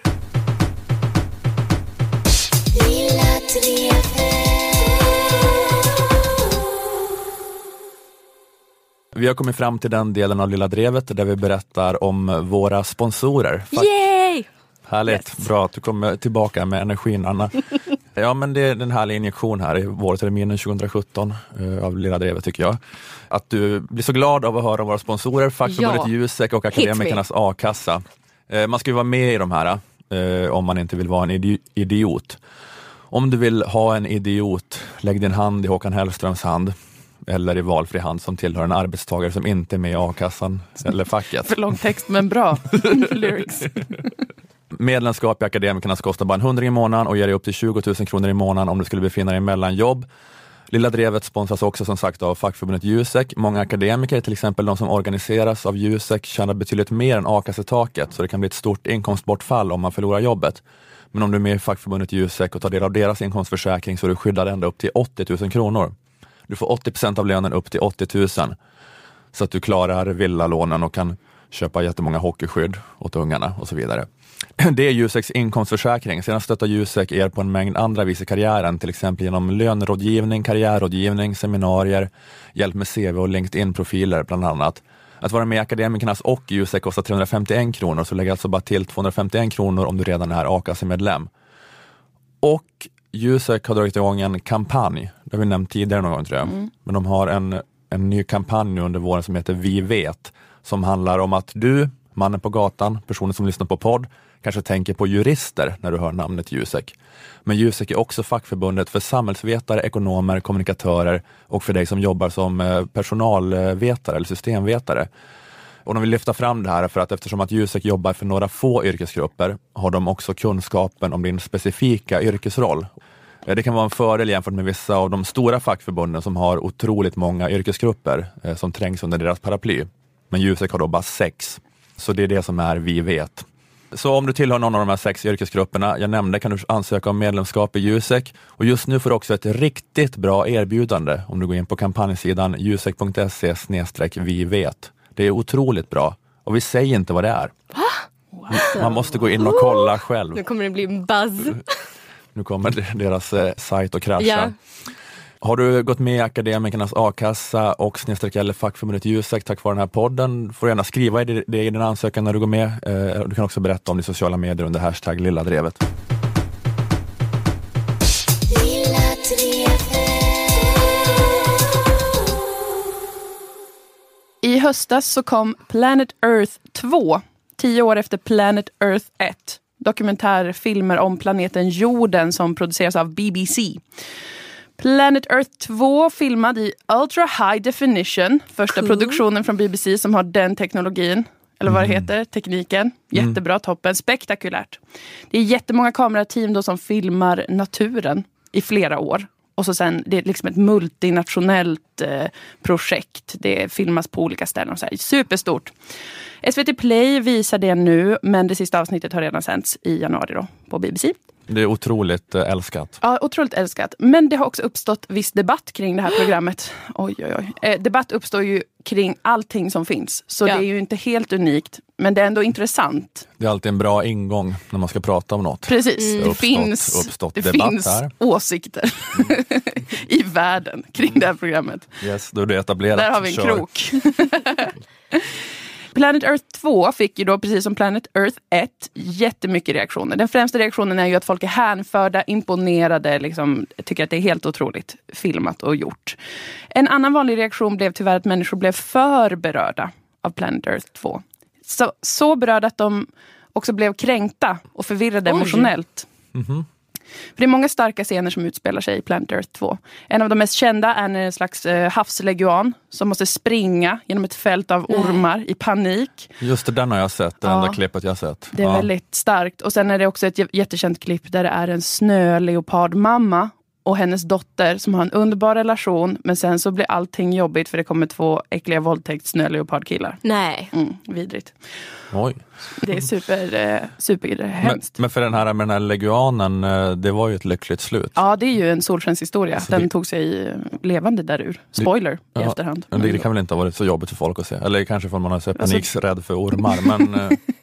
Vi har kommit fram till den delen av Lilla Drevet där vi berättar om våra sponsorer. Yay! Härligt, bra att du kommer tillbaka med energin, Anna. Ja, men det är den här injektion här i vårterminen 2017 av Lilla Drevet tycker jag. Att du blir så glad av att höra om våra sponsorer, Fackförbundet Jusek och Akademikernas A-kassa. Man ska ju vara med i de här om man inte vill vara en idiot. Om du vill ha en idiot, lägg din hand i Håkan Hellströms hand. Eller i valfri hand som tillhör en arbetstagare som inte är med i A-kassan eller facket. För lång text men bra lyrics. Medlemskap i Akademikernas kostar bara 100 i månaden och ger dig upp till 20 000 kronor i månaden om du skulle befinna dig mellan jobb. Lilla Drevet sponsras också som sagt av Fackförbundet Jusek. Många akademiker, till exempel de som organiseras av Jusek, tjänar betydligt mer än A-kassetaket så det kan bli ett stort inkomstbortfall om man förlorar jobbet. Men om du är med i Fackförbundet Jusek och tar del av deras inkomstförsäkring så är du skyddad ända upp till 80 000 kronor. Du får 80% av lönen upp till 80 000 så att du klarar villalånen och kan köpa jättemånga hockeyskydd åt ungarna och så vidare. Det är Juseks inkomstförsäkring. Sedan stöttar Jusek er på en mängd andra vis i karriären, till exempel genom lönerådgivning, karriärrådgivning, seminarier, hjälp med CV och LinkedIn-profiler bland annat. Att vara med i Akademikernas och Jusek kostar 351 kronor så lägger alltså bara till 251 kronor om du redan är A-kassemedlem. Och Jusek har dragit igång en kampanj, det har vi nämnt tidigare någon gång tror jag. Men de har en ny kampanj under våren som heter Vi vet, som handlar om att du, mannen på gatan, personen som lyssnar på podd, kanske tänker på jurister när du hör namnet Jusek. Men Jusek är också fackförbundet för samhällsvetare, ekonomer, kommunikatörer och för dig som jobbar som personalvetare eller systemvetare. Och de vill lyfta fram det här för att eftersom att Jusek jobbar för några få yrkesgrupper har de också kunskapen om din specifika yrkesroll. Det kan vara en fördel jämfört med vissa av de stora fackförbunden som har otroligt många yrkesgrupper som trängs under deras paraply. Men Jusek har då bara 6. Så det är det som är Vi vet. Så om du tillhör någon av de här 6 yrkesgrupperna jag nämnde kan du ansöka om medlemskap i Jusek. Och just nu får du också ett riktigt bra erbjudande om du går in på kampanjsidan jusek.se/vi vet. Det är otroligt bra. Och vi säger inte vad det är. Man måste gå in och kolla själv. Nu kommer det bli en buzz. Nu kommer deras sajt att krascha. Ja. Har du gått med i Akademikernas A-kassa och / eller Fackförbundet Jusek tack vare den här podden får du gärna skriva det i din ansökan när du går med. Du kan också berätta om det i sociala medier under hashtag Lilla Drevet. I höstas så kom Planet Earth 2, 10 år efter Planet Earth 1. Dokumentärfilmer om planeten jorden som produceras av BBC. Planet Earth 2 filmad i Ultra High Definition. Första produktionen från BBC som har den teknologin. Eller vad det heter, tekniken. Jättebra, toppen, spektakulärt. Det är jättemånga kamerateam då som filmar naturen i flera år. Och så sen, det är liksom ett multinationellt projekt. Det filmas på olika ställen och så här. Superstort. SVT Play visar det nu, men det sista avsnittet har redan sänts i januari då, på BBC. Det är otroligt älskat. Ja, otroligt älskat. Men det har också uppstått viss debatt kring det här programmet. Oj. Debatt uppstår ju kring allting som finns. Så det är ju inte helt unikt. Men det är ändå intressant. Det är alltid en bra ingång när man ska prata om något. Precis. Det finns åsikter i världen kring det här programmet. Yes, då är det etablerat. Där har vi en krok. Planet Earth 2 fick ju då, precis som Planet Earth 1, jättemycket reaktioner. Den främsta reaktionen är ju att folk är hänförda, imponerade, liksom, tycker att det är helt otroligt filmat och gjort. En annan vanlig reaktion blev tyvärr att människor blev för berörda av Planet Earth 2. Så berörda att de också blev kränkta och förvirrade emotionellt. Mm-hmm. För det är många starka scener som utspelar sig i Planet Earth 2. En av de mest kända är en slags havsleguan som måste springa genom ett fält av ormar i panik. Just det, den har jag sett, det enda klippet jag har sett. Det är väldigt starkt. Och sen är det också ett jättekänt klipp där det är en snöleopardmamma och hennes dotter som har en underbar relation, men sen så blir allting jobbigt för det kommer 2 äckliga våldtäkts-snöleopardkillar. Nej. Vidrigt. Oj. Det är superhemskt. Men för den här leguanen, det var ju ett lyckligt slut. Ja, det är ju en solskenshistoria. Så den tog sig levande därur. Spoiler i efterhand. Det kan väl inte ha varit så jobbigt för folk att se. Eller kanske för man har sett paniksrädd för ormar. Men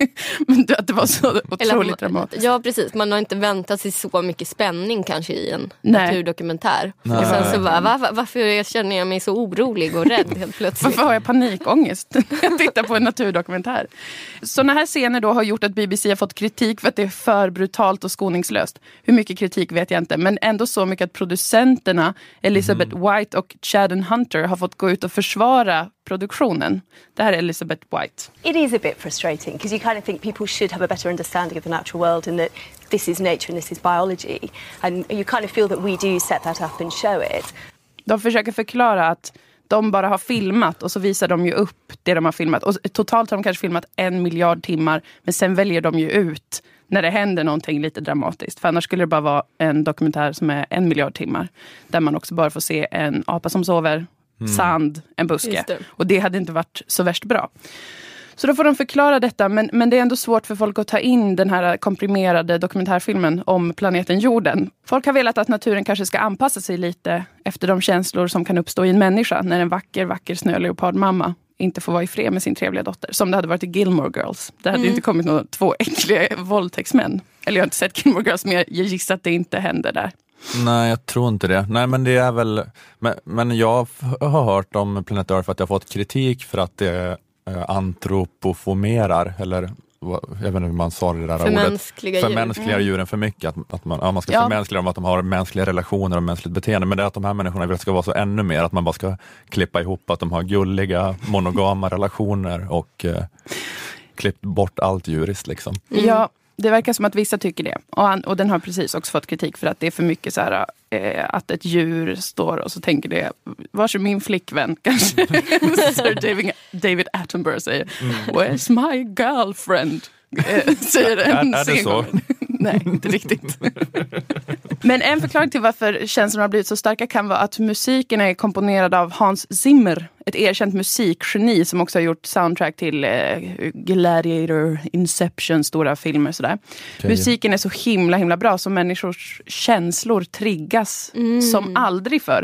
att det var så otroligt dramatiskt. Ja, precis. Man har inte väntat sig så mycket spänning kanske i en naturdokumentär. Och sen så varför känner jag mig så orolig och rädd helt plötsligt? Varför har jag panikångest när jag tittar på en naturdokumentär? Sådana här scener då har gjort att BBC har fått kritik för att det är för brutalt och skoningslöst. Hur mycket kritik vet jag inte, men ändå så mycket att producenterna Elizabeth White och Chadden Hunter har fått gå ut och försvara produktionen. Det här är Elizabeth White. It is a bit frustrating because you kind of think people should have a better understanding of the natural world and that this is nature and this is biology, and you kind of feel that we do set that up and show it. De försöker förklara att de bara har filmat och så visar de ju upp det de har filmat. Och totalt har de kanske filmat 1 miljard timmar, men sen väljer de ju ut när det händer någonting lite dramatiskt. För annars skulle det bara vara en dokumentär som är 1 miljard timmar. Där man också bara får se en apa som sover, sand, en buske. Och det hade inte varit så värst bra. Så då får de förklara detta, men det är ändå svårt för folk att ta in den här komprimerade dokumentärfilmen om planeten jorden. Folk har velat att naturen kanske ska anpassa sig lite efter de känslor som kan uppstå i en människa när en vacker snöleopardmamma inte får vara i fred med sin trevliga dotter. Som det hade varit i Gilmore Girls. Det hade inte kommit några 2 äckliga våldtäktsmän. Eller jag har inte sett Gilmore Girls, men jag gissar att det inte händer där. Nej, jag tror inte det. Nej, men det är väl... Men jag har hört om Planet Earth att jag har fått kritik för att det antropoformerar, eller jag vet inte hur man sa det där ordet. Förmänskligar djuren för mycket. Att man ska förmänskliga dem, att de har mänskliga relationer och mänskligt beteende. Men det är att de här människorna vill att det ska vara så ännu mer. Att man bara ska klippa ihop att de har gulliga, monogama relationer och klippt bort allt djuriskt liksom. Ja, det verkar som att vissa tycker det. Och den har precis också fått kritik för att det är för mycket så här att ett djur står och så tänker det, vars är min flickvän kanske? Sir David Attenborough säger, where's my girlfriend? Säger en är det så? Nej, inte riktigt. Men en förklaring till varför känslorna har blivit så starka kan vara att musiken är komponerad av Hans Zimmer, ett erkänt musikgeni som också har gjort soundtrack till Gladiator, Inception, stora filmer sådär. Okay. Musiken är så himla bra så människors känslor triggas som aldrig förr.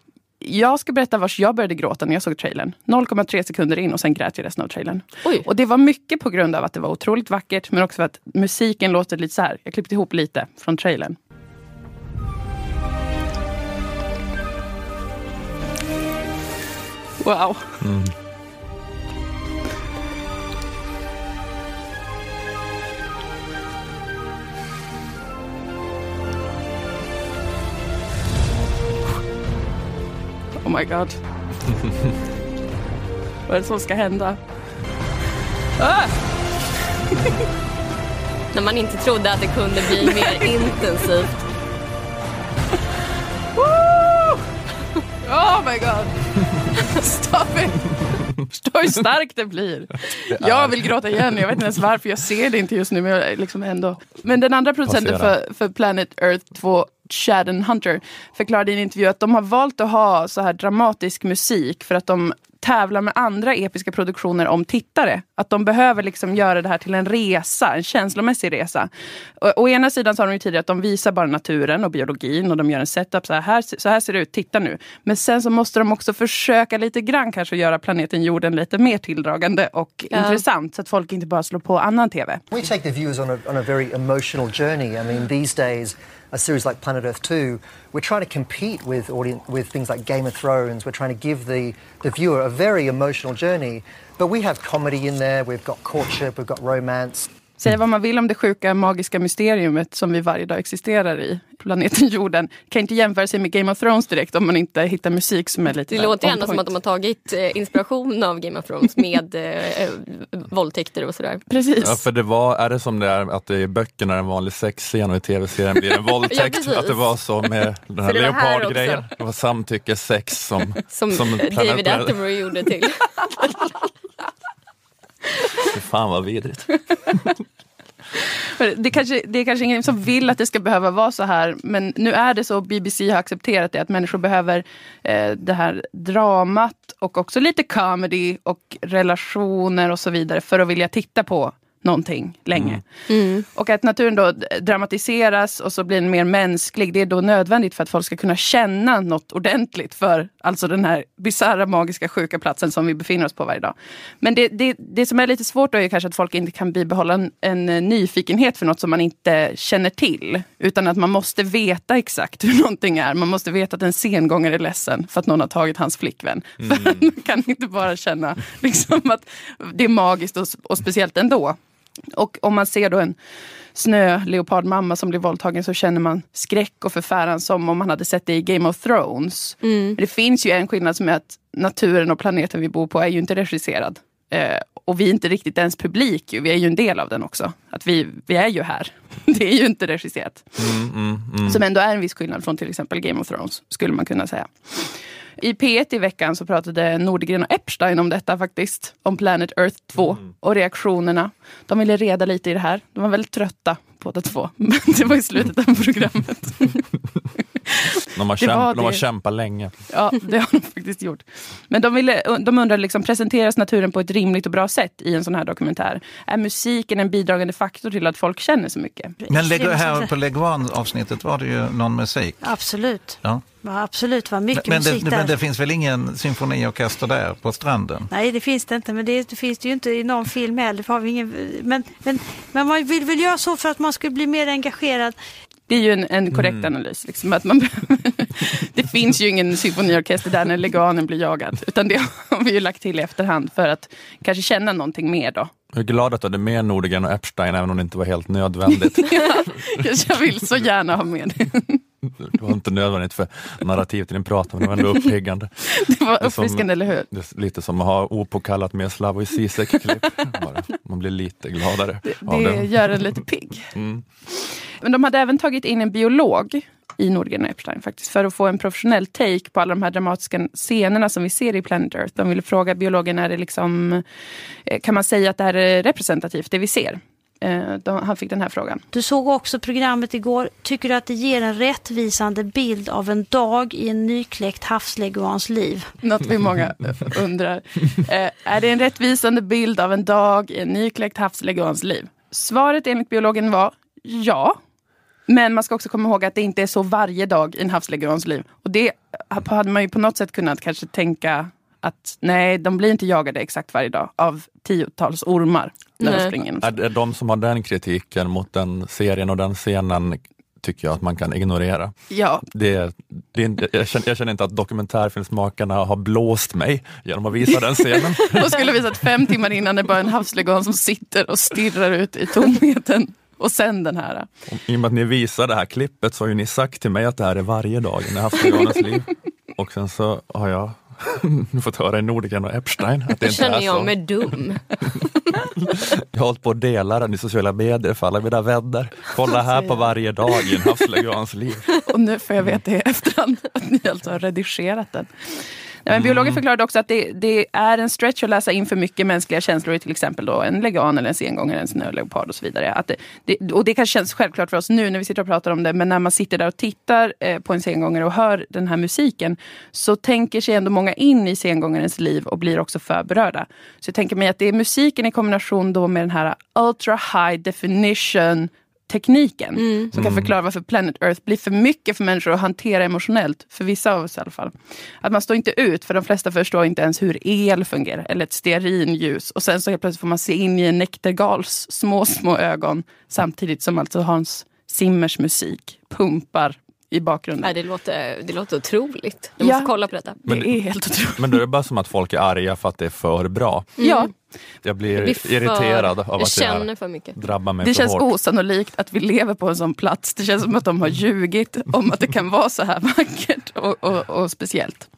Jag ska berätta vars jag började gråta när jag såg trailern. 0,3 sekunder in och sen grät jag resten av trailern. Oj. Och det var mycket på grund av att det var otroligt vackert, men också för att musiken låter lite så här. Jag klippte ihop lite från trailern. Wow. Oh my god. Vad är det som ska hända? När man inte trodde att det kunde bli mer intensivt. Oh my god. Stop it. Förstår hur starkt det blir. Jag vill gråta igen. Jag vet inte ens varför. Jag ser det inte just nu. Men jag liksom ändå. Men den andra producenten för Planet Earth 2, Chadden Hunter, förklarade i en intervju att de har valt att ha så här dramatisk musik för att de tävlar med andra episka produktioner om tittare. Att de behöver liksom göra det här till en resa, en känslomässig resa. Å ena sidan sa de ju tidigare att de visar bara naturen och biologin och de gör en setup så här ser det ut, titta nu. Men sen så måste de också försöka lite grann kanske göra planeten jorden lite mer tilldragande och intressant så att folk inte bara slår på annan tv. We take the viewers on a very emotional journey. I mean, these days a series like Planet Earth 2, we're trying to compete with things like Game of Thrones. We're trying to give the viewer a very emotional journey. But we have comedy in there, we've got courtship, we've got romance. Säga vad man vill om det sjuka magiska mysteriumet som vi varje dag existerar i, planeten jorden. Kan inte jämföra sig med Game of Thrones direkt om man inte hittar musik som är lite... Det låter ändå som att de har tagit inspiration av Game of Thrones med våldtäkter och sådär. Precis. Ja, för är det som det är att det i böckerna är en vanlig sexscen och i tv-serien blir en våldtäkt. Ja, att det var så med den här leopardgrejen. Det var samtycke sex som David Attenborough gjorde till. Fy fan vad vidrigt. Det är kanske ingen som vill att det ska behöva vara så här, men nu är det så. BBC har accepterat det, att människor behöver det här dramat och också lite comedy och relationer och så vidare för att vilja titta på någonting länge. Och att naturen då dramatiseras och så blir den mer mänsklig, det är då nödvändigt för att folk ska kunna känna något ordentligt för alltså den här bizarra, magiska, sjuka platsen som vi befinner oss på varje dag. Men det som är lite svårt då är kanske att folk inte kan bibehålla en nyfikenhet för något som man inte känner till, utan att man måste veta exakt hur någonting är. Man måste veta att en sengångare är ledsen för att någon har tagit hans flickvän. För man kan inte bara känna liksom att det är magiskt och speciellt ändå. Och om man ser då en snöleopardmamma som blir våldtagen, så känner man skräck och förfäran som om man hade sett det i Game of Thrones. Men det finns ju en skillnad som är att naturen och planeten vi bor på är ju inte regisserad. Och vi är inte riktigt ens publik, vi är ju en del av den också. Att vi är ju här. Det är ju inte regisserat. Som ändå är en viss skillnad från till exempel Game of Thrones, skulle man kunna säga. I P1 i veckan så pratade Nordegren och Epstein om detta faktiskt. Om Planet Earth 2 och reaktionerna. De ville reda lite i det här. De var väldigt trötta båda två. Men det var i slutet av programmet. De har kämpat länge. Ja, det har de faktiskt gjort. Men de undrar liksom, presenteras naturen på ett rimligt och bra sätt i en sån här dokumentär? Är musiken en bidragande faktor till att folk känner så mycket? Men här på Leguan-avsnittet var det ju någon musik. Absolut. Ja. Ja, absolut, var mycket musik där. Men det finns väl ingen symfoniorkester där på stranden? Nej, det finns det inte, men det finns det ju inte i någon film heller. Har vi ingen, men man vill väl göra så för att man skulle bli mer engagerad. Det är ju en korrekt analys. Liksom, att det finns ju ingen symfoniorkester där när leguanen blir jagad. Utan det har vi ju lagt till i efterhand för att kanske känna någonting mer då. Jag är glad att du hade med Nordegren och Epstein, även om det inte var helt nödvändigt. Jag vill så gärna ha med det. Det var inte nödvändigt för narrativet i din prat, men det var ändå uppiggande. Det var uppfriskande, eller hur? Det är lite som att ha opåkallat med Slavoj Zizek-klipp. Man blir lite gladare av det. Det gör en lite pigg. Men de hade även tagit in en biolog i Nordegren och Epstein faktiskt, för att få en professionell take på alla de här dramatiska scenerna som vi ser i Planet Earth. De ville fråga biologen, är det liksom, kan man säga att det här är representativt, det vi ser? Han fick den här frågan. Du såg också programmet igår. Tycker du att det ger en rättvisande bild av en dag i en nykläckt havsleguans liv? Något vi många undrar. Är det en rättvisande bild av en dag i en nykläckt havsleguans liv? Svaret enligt biologen var ja. Men man ska också komma ihåg att det inte är så varje dag i en havsleguans liv. Och det hade man ju på något sätt kunnat kanske tänka att nej, de blir inte jagade exakt varje dag av 10-tals ormar. Är de som har den kritiken mot den serien och den scenen, tycker jag att man kan ignorera. Ja. Jag känner inte att dokumentärfilmsmakarna har blåst mig genom att visa den scenen. De skulle visat 5 timmar innan det bara en havsleguan som sitter och stirrar ut i tomheten. Och sen den här. I och med att ni visar det här klippet så har ju ni sagt till mig att det här är varje dag i havsleguanens liv. Och sen så har jag fått höra i Nordegren och Epstein att det inte känner är så. jag mig dum. Jag har hållit på att dela den i sociala medier för alla mina vänner. Kolla här på varje dag i en havsleguans liv. Och nu får jag veta i efterhand att ni alltså har redigerat den. Men biologen förklarade också att det är en stretch att läsa in för mycket mänskliga känslor i till exempel då en leguan eller en sengångare, en snöleopard och så vidare. Och det kanske känns självklart för oss nu när vi sitter och pratar om det, men när man sitter där och tittar på en sengångare och hör den här musiken, så tänker sig ändå många in i sengångarens liv och blir också för berörda. Så jag tänker mig att det är musiken i kombination då med den här ultra high definition tekniken som kan förklara varför Planet Earth blir för mycket för människor att hantera emotionellt, för vissa av oss i alla fall. Att man står inte ut, för de flesta förstår inte ens hur el fungerar eller ett stearinljus, och sen så helt plötsligt får man se in i en näktergals små ögon samtidigt som alltså Hans Zimmers musik pumpar i bakgrunden. Nej, det låter otroligt. Jag måste kolla på detta. Det är helt otroligt. Men det är bara som att folk är arga för att det är för bra. Ja. Jag blir irriterad av att det drabbar mig. Det för känns hårt. osannolikt att vi lever på en sån plats. Det känns som att de har ljugit om att det kan vara så här vackert och speciellt.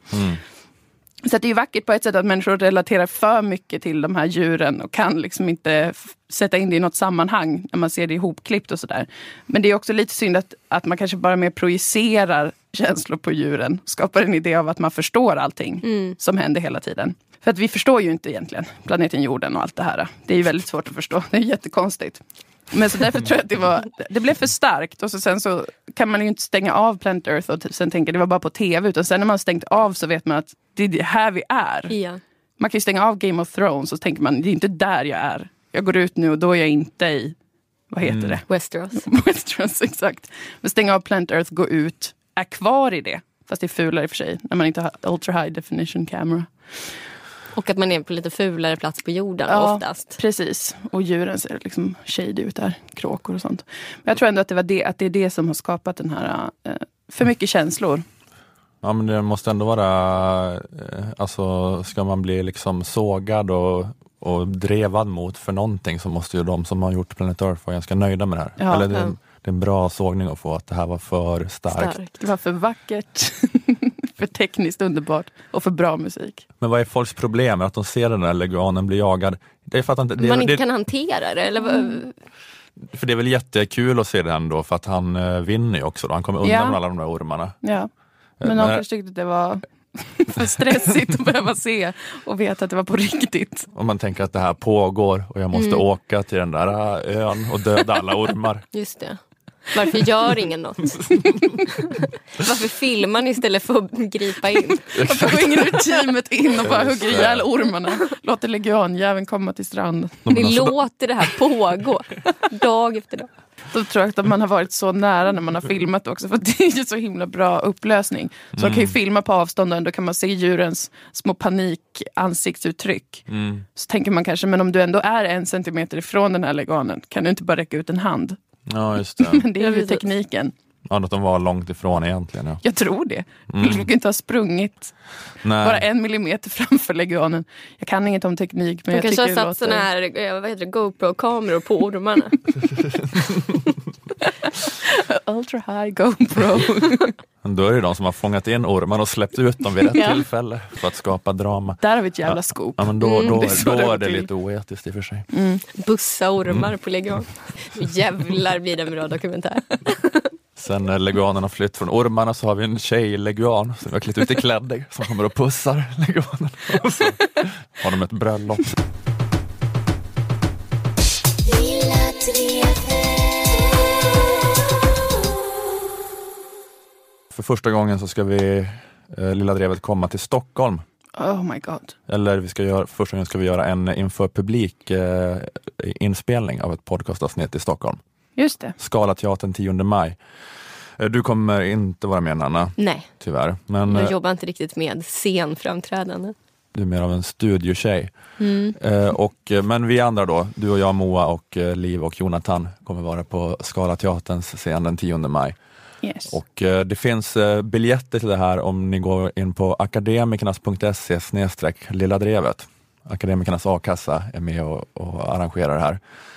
Så att det är ju vackert på ett sätt att människor relaterar för mycket till de här djuren och kan liksom inte sätta in det i något sammanhang när man ser det ihopklippt och sådär. Men det är också lite synd att man kanske bara mer projicerar känslor på djuren. Skapar en idé av att man förstår allting som händer hela tiden. För att vi förstår ju inte egentligen planeten jorden och allt det här. Det är ju väldigt svårt att förstå. Det är jättekonstigt. Men så därför tror jag att det blev för starkt. Och sen så kan man ju inte stänga av Planet Earth och sen tänka det var bara på tv. Utan sen när man har stängt av så vet man att det är här vi är. Ja. Man kan ju stänga av Game of Thrones och så tänker man, det är inte där jag är. Jag går ut nu och då är jag inte i, vad heter det? Westeros. Westeros, exakt. Men stänga av Planet Earth, gå ut, är kvar i det. Fast det är fulare i och för sig, när man inte har ultra high definition camera. Och att man är på lite fulare plats på jorden oftast. Precis. Och djuren ser liksom shady ut där. Kråkor och sånt. Men jag tror ändå att det är det som har skapat den här för mycket känslor. Ja, men det måste ändå vara, alltså ska man bli liksom sågad och drevad mot för någonting, så måste ju de som har gjort Planet Earth vara ganska nöjda med det här. Ja, eller det är en bra sågning att få att det här var för starkt. Det var för vackert, för tekniskt underbart och för bra musik. Men vad är folks problem? Att de ser den där leguanen bli jagad? Det är för att man inte kan hantera det? Eller? För det är väl jättekul att se den då, för att han vinner ju också då. Han kommer undan med alla de där ormarna. Ja, men någon kanske tyckte att det var för stressigt att behöva se och veta att det var på riktigt. Om man tänker att det här pågår och jag måste åka till den där ön och döda alla ormar. Just det. Varför gör ingen något? Varför filmar ni istället för att gripa in? Varför går ingen ur teamet in och bara hugger ihjäl ormarna? Låter leguanjäveln komma till stranden. Ni låter det här pågå dag efter dag. Då tror jag att man har varit så nära när man har filmat också. För det är ju så himla bra upplösning. Så man kan ju filma på avstånd och då kan man se djurens små panikansiktsuttryck. Så tänker man kanske, men om du ändå är 1 centimeter ifrån den här leguanen, kan du inte bara räcka ut en hand? Ja, just det. Men det är ju tekniken. Ja, att de var långt ifrån egentligen. Ja. Jag tror det. Du kan inte ha sprungit bara 1 millimeter framför leguanen. Jag kan inget om teknik, men jag tycker det låter... kanske har satt såna här GoPro-kameror på ormarna. Ultra high GoPro. Då är det de som har fångat in ormar och släppt ut dem vid rätt tillfälle för att skapa drama. Där har vi ett jävla skop. Ja, men då är det lite oetiskt i och för sig. Bussa ormar på leguan. Jävlar blir det en bra dokumentär. Sen när leguanen har flytt från ormarna så har vi en tjej-leguan som vi har klätt ut i kläder som kommer och pussar leguanen. Och så har de ett bröllop. För första gången så ska vi Lilla Drevet komma till Stockholm. Oh my god. Eller första gången ska vi göra en inför publik inspelning av ett podcastavsnitt i Stockholm. Just det. Scalateatern 10 maj. Du kommer inte vara med, Anna. Nej. Tyvärr. Men, jag jobbar inte riktigt med scenframträdande. Du är mer av en studiotjej. Men vi andra då, du och jag, Moa och Liv och Jonathan, kommer vara på Scalateaterns scen den 10 maj. Yes. Och det finns biljetter till det här om ni går in på akademikernas.se/Lilla Drevet. Akademikernas a-kassa är med och arrangerar det här.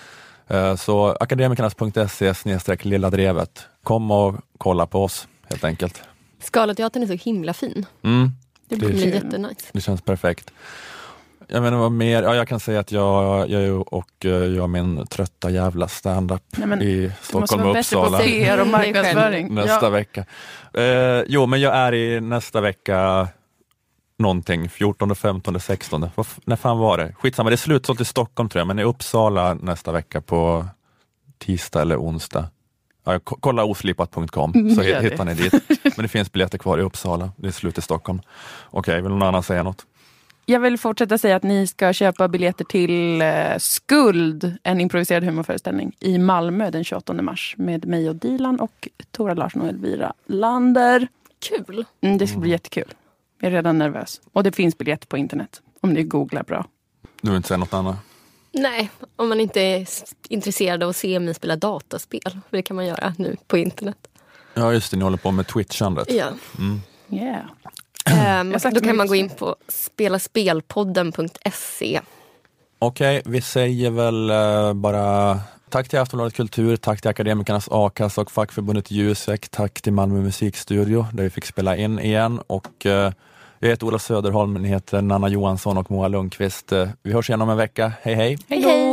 Så akademikernas.se/Lilla Drevet. Kom och kolla på oss helt enkelt. Scalateatern är så himla fin. Det blir jättenice. Det känns perfekt. Jag menar vad mer. Ja, jag kan säga att jag gör min trötta jävla stand-up i Stockholm och Uppsala. Du måste vara bättre på PR och marknadsföring. Nästa vecka. Men jag är i nästa vecka någonting, 14, 15, 16. När fan var det? Skitsamma, det är slutsålt i Stockholm tror jag, men i Uppsala nästa vecka på tisdag eller onsdag. Ja, kolla oslipat.com så hittar ni dit. Men det finns biljetter kvar i Uppsala. Det är slut i Stockholm. Okej, vill någon annan säga något? Jag vill fortsätta säga att ni ska köpa biljetter till Skuld, en improviserad humorföreställning i Malmö den 28 mars med mig och Dilan och Tora Larsson och Elvira Lander. Kul! Det ska bli jättekul. Jag är redan nervös. Och det finns biljetter på internet om ni googlar bra. Du vill inte säga något annat? Nej, om man inte är intresserad av att se mig spela dataspel. För det kan man göra nu på internet. Ja, just det. Ni håller på med Twitchandet. Ja. Yeah. Då kan man gå in på spelaspelpodden.se. Okej, vi säger väl bara tack till Aftonbladet Kultur, tack till Akademikernas a-kassa och fackförbundet Jusek, tack till Malmö musikstudio där vi fick spela in igen. Och jag heter Ola Söderholm, ni heter Nanna Johansson och Moa Lundqvist. Vi hörs igen om en vecka. Hej hej! Hej hej!